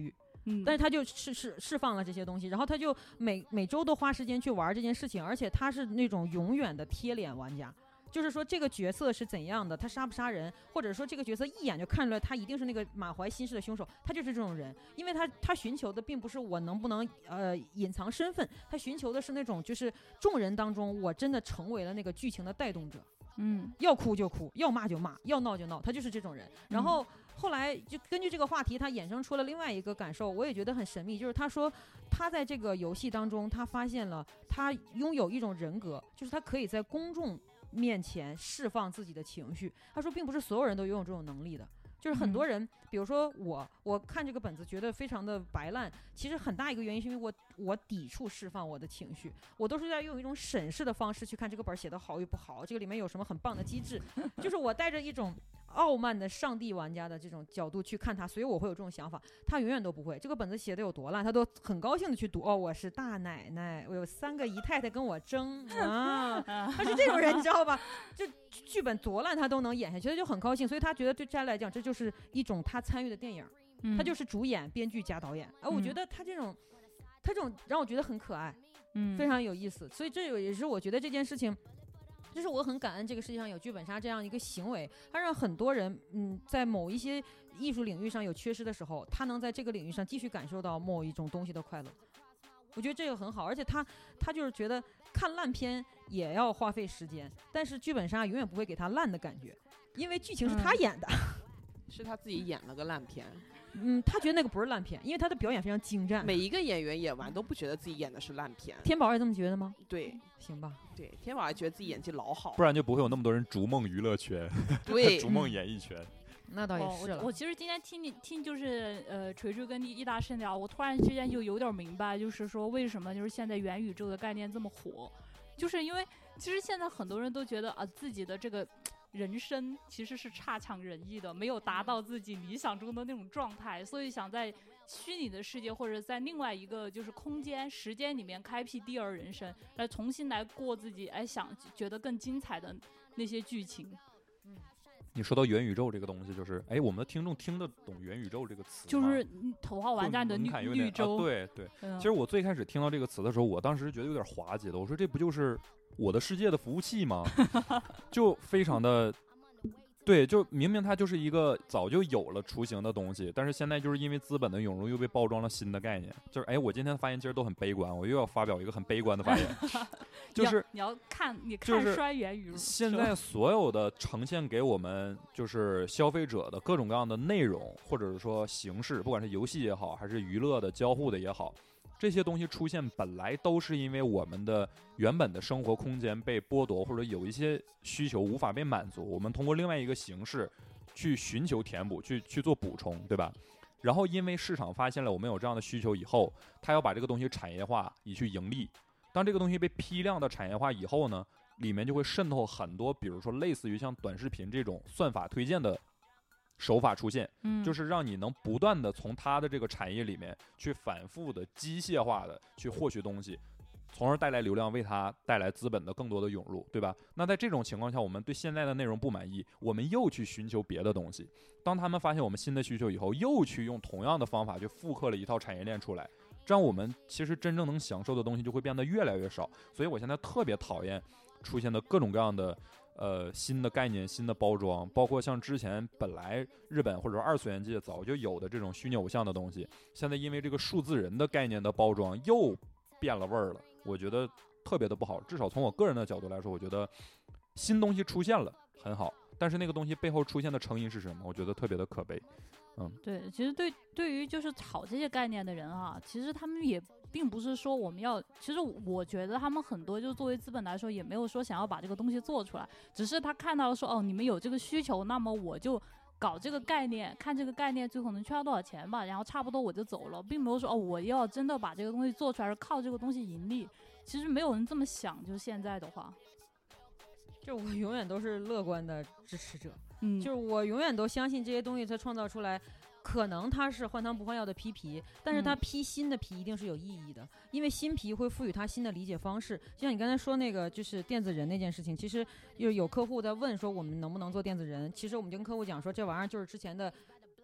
S1: 嗯，
S3: 但是他就释释释放了这些东西，然后他就每每周都花时间去玩这件事情，而且他是那种永远的贴脸玩家。就是说这个角色是怎样的，他杀不杀人，或者说这个角色一眼就看出来他一定是那个满怀心事的凶手，他就是这种人。因为他他寻求的并不是我能不能呃隐藏身份，他寻求的是那种就是众人当中我真的成为了那个剧情的带动者。
S1: 嗯，
S3: 要哭就哭，要骂就骂，要闹就闹，他就是这种人。然后后来就根据这个话题，他衍生出了另外一个感受，我也觉得很神秘，就是他说他在这个游戏当中，他发现了他拥有一种人格，就是他可以在公众面前释放自己的情绪。他说并不是所有人都拥有这种能力的，就是很多人、嗯、比如说我我看这个本子觉得非常的白烂，其实很大一个原因是因为我我抵触释放我的情绪，我都是在用一种审视的方式去看这个本写的好与不好，这个里面有什么很棒的机制，就是我带着一种傲慢的上帝玩家的这种角度去看他，所以我会有这种想法。他永远都不会，这个本子写的有多烂他都很高兴的去读。哦，我是大奶奶，我有三个姨太太跟我争啊，他是这种人你知道吧，就剧本多烂他都能演下去，他就很高兴，所以他觉得对他来讲这就是一种他参与的电影、嗯、他就是主演编剧加导演。哎、啊，我觉得他这种他这种让我觉得很可爱，嗯，非常有意思。所以这也是我觉得这件事情就是我很感恩这个世界上有剧本杀这样一个行为，它让很多人嗯在某一些艺术领域上有缺失的时候，他能在这个领域上继续感受到某一种东西的快乐。我觉得这个很好，而且他他就是觉得看烂片也要花费时间，但是剧本杀永远不会给他烂的感觉，因为剧情是他演的、
S2: 嗯、是他自己演了个烂片。
S3: 嗯，他觉得那个不是烂片，因为他的表演非常精湛。
S2: 每一个演员演完都不觉得自己演的是烂片。
S3: 天宝也这么觉得吗？
S2: 对，
S3: 行吧。
S2: 对，天宝还觉得自己演技老好，
S4: 不然就不会有那么多人逐梦娱乐圈，
S2: 对，
S4: 逐梦演艺圈。
S3: 那倒也是了。
S1: 哦、我, 我其实今天听你听就是呃锤锤跟易大师聊，我突然之间就有点明白，就是说为什么就是现在元宇宙的概念这么火，就是因为其实现在很多人都觉得啊自己的这个人生其实是差强人意的，没有达到自己理想中的那种状态，所以想在虚拟的世界或者在另外一个就是空间时间里面开辟第二人生，来重新来过自己哎想觉得更精彩的那些剧情。
S3: 嗯，
S4: 你说到元宇宙这个东西，就是哎，我们的听众听得懂元宇宙这个词吗？
S1: 就是头号玩家的绿绿洲、
S4: 啊。对对、
S1: 嗯，
S4: 其实我最开始听到这个词的时候，我当时觉得有点滑稽的，我说这不就是我的世界的服务器吗？就非常的。对，就明明它就是一个早就有了雏形的东西，但是现在就是因为资本的涌入，又被包装了新的概念。就是哎，我今天的发言其实都很悲观，我又要发表一个很悲观的发言，就是
S1: 你要看你看衰元宇宙。
S4: 现在所有的呈现给我们就是消费者的各种各样的内容，或者是说形式，不管是游戏也好，还是娱乐的交互的也好。这些东西出现本来都是因为我们的原本的生活空间被剥夺，或者有一些需求无法被满足，我们通过另外一个形式去寻求填补，去去做补充，对吧？然后因为市场发现了我们有这样的需求以后，他要把这个东西产业化以去盈利。当这个东西被批量的产业化以后呢，里面就会渗透很多比如说类似于像短视频这种算法推荐的手法出现，
S1: 嗯，
S4: 就是让你能不断的从它的这个产业里面去反复的机械化的去获取东西，从而带来流量，为它带来资本的更多的涌入，对吧？那在这种情况下，我们对现在的内容不满意，我们又去寻求别的东西。当他们发现我们新的需求以后，又去用同样的方法去复刻了一套产业链出来，这样我们其实真正能享受的东西就会变得越来越少。所以我现在特别讨厌出现的各种各样的呃，新的概念、新的包装，包括像之前本来日本或者二次元界早就有的这种虚拟偶像的东西，现在因为这个数字人的概念的包装又变了味儿了，我觉得特别的不好。至少从我个人的角度来说，我觉得新东西出现了很好，但是那个东西背后出现的成因是什么？我觉得特别的可悲。嗯，
S1: 对，其实对对于就是炒这些概念的人啊，其实他们也并不是说我们要，其实我觉得他们很多就作为资本来说，也没有说想要把这个东西做出来，只是他看到说哦，你们有这个需求，那么我就搞这个概念，看这个概念最后能圈到多少钱吧，然后差不多我就走了，并没有说哦，我要真的把这个东西做出来，靠这个东西盈利。其实没有人这么想，就现在的话。
S3: 就我永远都是乐观的支持者，
S1: 嗯，
S3: 就是我永远都相信这些东西它创造出来，可能它是换汤不换药的批皮，但是它批新的皮一定是有意义的，嗯、因为新皮会赋予它新的理解方式。就像你刚才说那个就是电子人那件事情，其实有有客户在问说我们能不能做电子人，其实我们就跟客户讲说这玩意儿就是之前的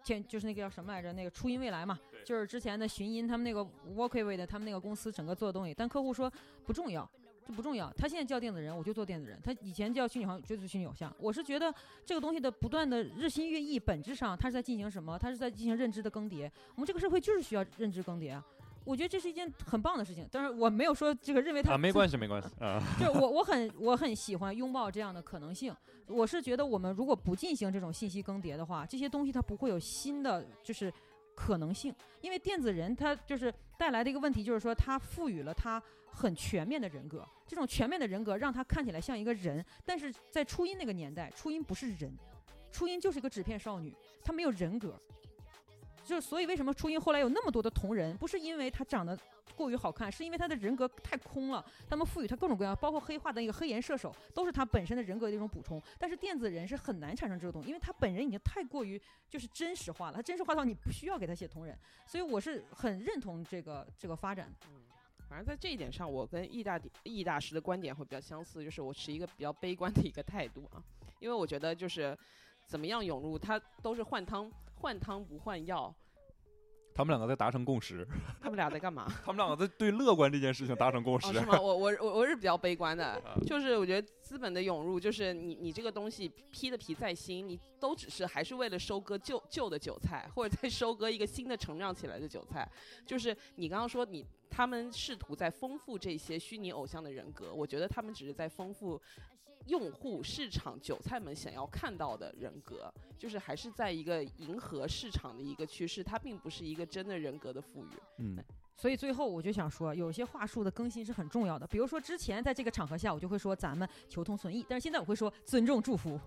S3: 前就是那个叫什么来着，那个初音未来嘛，就是之前的寻音他们那个 Walkway 的他们那个公司整个做的东西，但客户说不重要。这不重要，他现在叫电子人，我就做电子人；他以前叫虚拟偶像，就做虚拟偶像。我是觉得这个东西的不断的日新月异，本质上它是在进行什么？它是在进行认知的更迭。我们这个社会就是需要认知更迭啊！我觉得这是一件很棒的事情。当然，我没有说这个认为它
S4: 啊，没关系，没关系啊。
S3: 就我我很我很喜欢拥抱这样的可能性。我是觉得我们如果不进行这种信息更迭的话，这些东西它不会有新的就是可能性。因为电子人它就是带来的一个问题，就是说它赋予了它很全面的人格，这种全面的人格让他看起来像一个人，但是在初音那个年代，初音不是人，初音就是个纸片少女，她没有人格。就所以为什么初音后来有那么多的同人，不是因为她长得过于好看，是因为她的人格太空了，他们赋予她各种各样，包括黑化的那个黑岩射手，都是她本身的人格的一种补充。但是电子人是很难产生这个东西，因为他本人已经太过于就是真实化了，他真实化到你不需要给他写同人，所以我是很认同这个这个发展的。
S2: 嗯，反正在这一点上，我跟易大易大师的观点会比较相似，就是我持一个比较悲观的一个态度啊，因为我觉得就是怎么样涌入，它都是换汤换汤不换药。
S4: 他们两个在达成共识。
S2: 他们俩在干嘛？
S4: 他们两个在对乐观这件事情达成共识。
S2: 哦、是吗？我我我我是比较悲观的，就是我觉得资本的涌入，就是你你这个东西披的皮再新，你都只是还是为了收割旧旧的韭菜，或者再收割一个新的成长起来的韭菜。就是你刚刚说你他们试图在丰富这些虚拟偶像的人格，我觉得他们只是在丰富用户市场韭菜们想要看到的人格，就是还是在一个迎合市场的一个趋势，它并不是一个真的人格的赋予。
S4: 嗯，
S3: 所以最后我就想说，有些话术的更新是很重要的。比如说之前在这个场合下，我就会说咱们求同存异，但是现在我会说尊重祝福。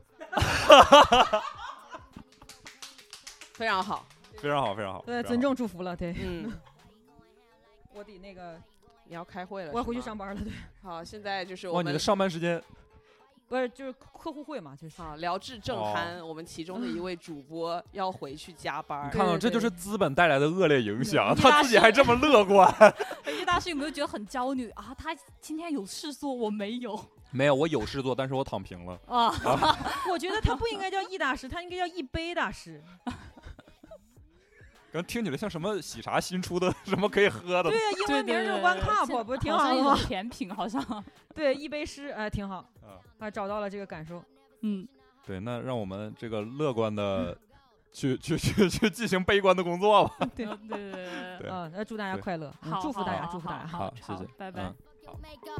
S2: 非常好，
S4: 非常好，非常好。
S3: 对，尊重祝福了，对。
S2: 嗯，
S3: 我得那个，
S2: 你要开会了，
S3: 我要回去上班了，对。
S2: 好，现在就是我
S4: 哇，
S2: 们
S4: 你的上班时间。
S3: 不是，就是客户会嘛，就是
S2: 啊，聊至正酣、哦，我们其中的一位主播要回去加班。
S4: 你看到，这就是资本带来的恶劣影响，他自己还这么乐观。
S1: 易大师有没有觉得很焦虑啊？他今天有事做，我没有。
S4: 没有，我有事做，但是我躺平了。
S3: 啊，啊我觉得他不应该叫易大师，他应该叫一杯大师。
S4: 刚听起来像什么喜茶新出的什么可以喝的？
S3: 对呀、啊，英文名是 One Cup， 不是挺好的
S1: 吗？甜品好像。
S3: 对，一杯诗，哎、呃，挺好。啊，找到了这个感受。
S1: 嗯，
S4: 对，那让我们这个乐观的去去去去进行悲观的工作吧。
S1: 对对对对
S4: 对。
S3: 啊，那祝大家快乐，
S1: 好，
S3: 祝福大家，祝福大家。
S1: 好，
S4: 谢谢，
S1: 拜拜。
S4: 好。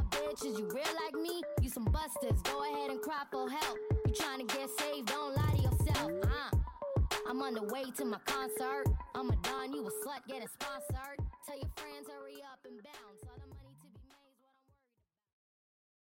S5: I'm on the way to my concert. I'm a don, you a slut, get a sponsored. Tell your friends hurry up and bounce.